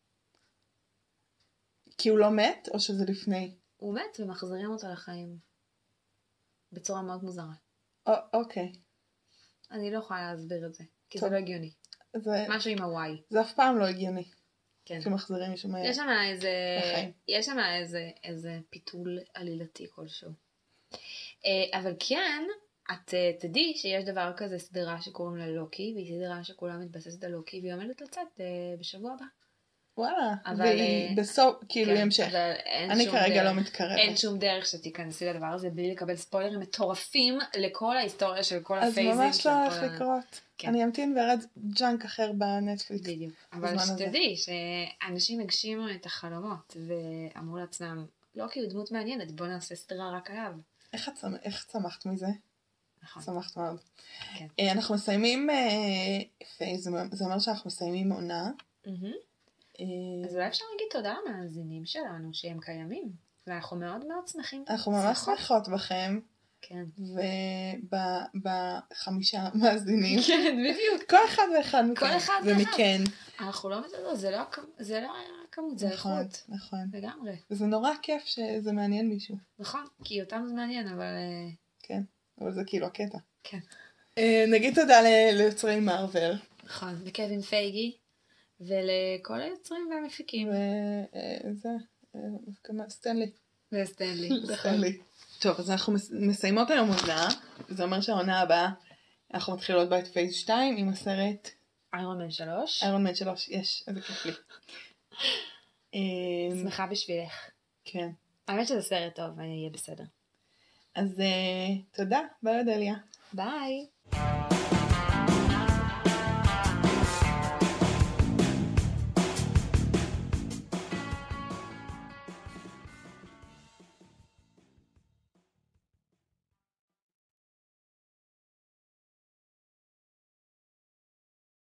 כי הוא לא מת, או שזה לפני? הוא מת ומחזירים אותו לחיים. בצורה מאוד מוזרה. אוקיי. אני לא יכולה להסביר את זה, כי זה לא הגיוני. משהו עם הוואי. זה אף פעם לא הגיוני. כן. שמחזירים משום... יש שם איזה פיתול עלילתי כלשהו. אבל כן, את תדעי שיש דבר כזה סדרה שקוראים לה לוקי, והיא סדרה שכולה מתבססת על לוקי, והיא עומדת לצאת בשבוע הבא. וואלה, והיא בסוף, כאילו המשך. אני כרגע לא מתקרבת. אין שום דרך שתיכנסי לדבר הזה בלי לקבל ספוילרים מטורפים לכל ההיסטוריה של כל הפייזים. אז ממש לא הולך לקרות. אני אמתין וארד ג'אנק אחר בנטפליקס. בדיוק. אבל שתדעי שאנשים הגשימו את החלומות ואמרו לעצמם, לוקי הוא דמות מעניינת, בוא נעשה סדרה רק עליו. איך צמחת מזה? נכון. צמחת מאוד. כן. אנחנו מסיימים פייז, זה אומר שאנחנו מסיימים עונה. אז אולי אפשר להגיד תודה למאזינים שלנו שהם קיימים, ואנחנו מאוד מאוד שמחים. אנחנו ממש שמחות בכם. כן. ובחמישה מאזינים. כן, בדיוק. כל אחד ואחד מכם. כל אחד ומכן. אנחנו לא מדבר, זה לא כמות, זה איכות. נכון. לגמרי. וזה נורא כיף שזה מעניין מישהו. נכון, כי אותם זה מעניין, אבל... כן, אבל זה כאילו הקטע. כן. נגיד תודה ליוצרי מארוול. נכון, לקווין פייגי, ולכל היוצרים והמפיקים. וזה, סטנלי. וסטנלי. טוב, אז אנחנו מסיימות היום עונה, זה אומר שהעונה הבאה, אנחנו מתחילות בה את פייס 2 עם הסרט איירון מן 3. איירון מן 3, יש, איזה כיף לי. שמחה בשבילך. כן. האמת שזה סרט טוב, יהיה בסדר. אז תודה, ביי אודליה. ביי.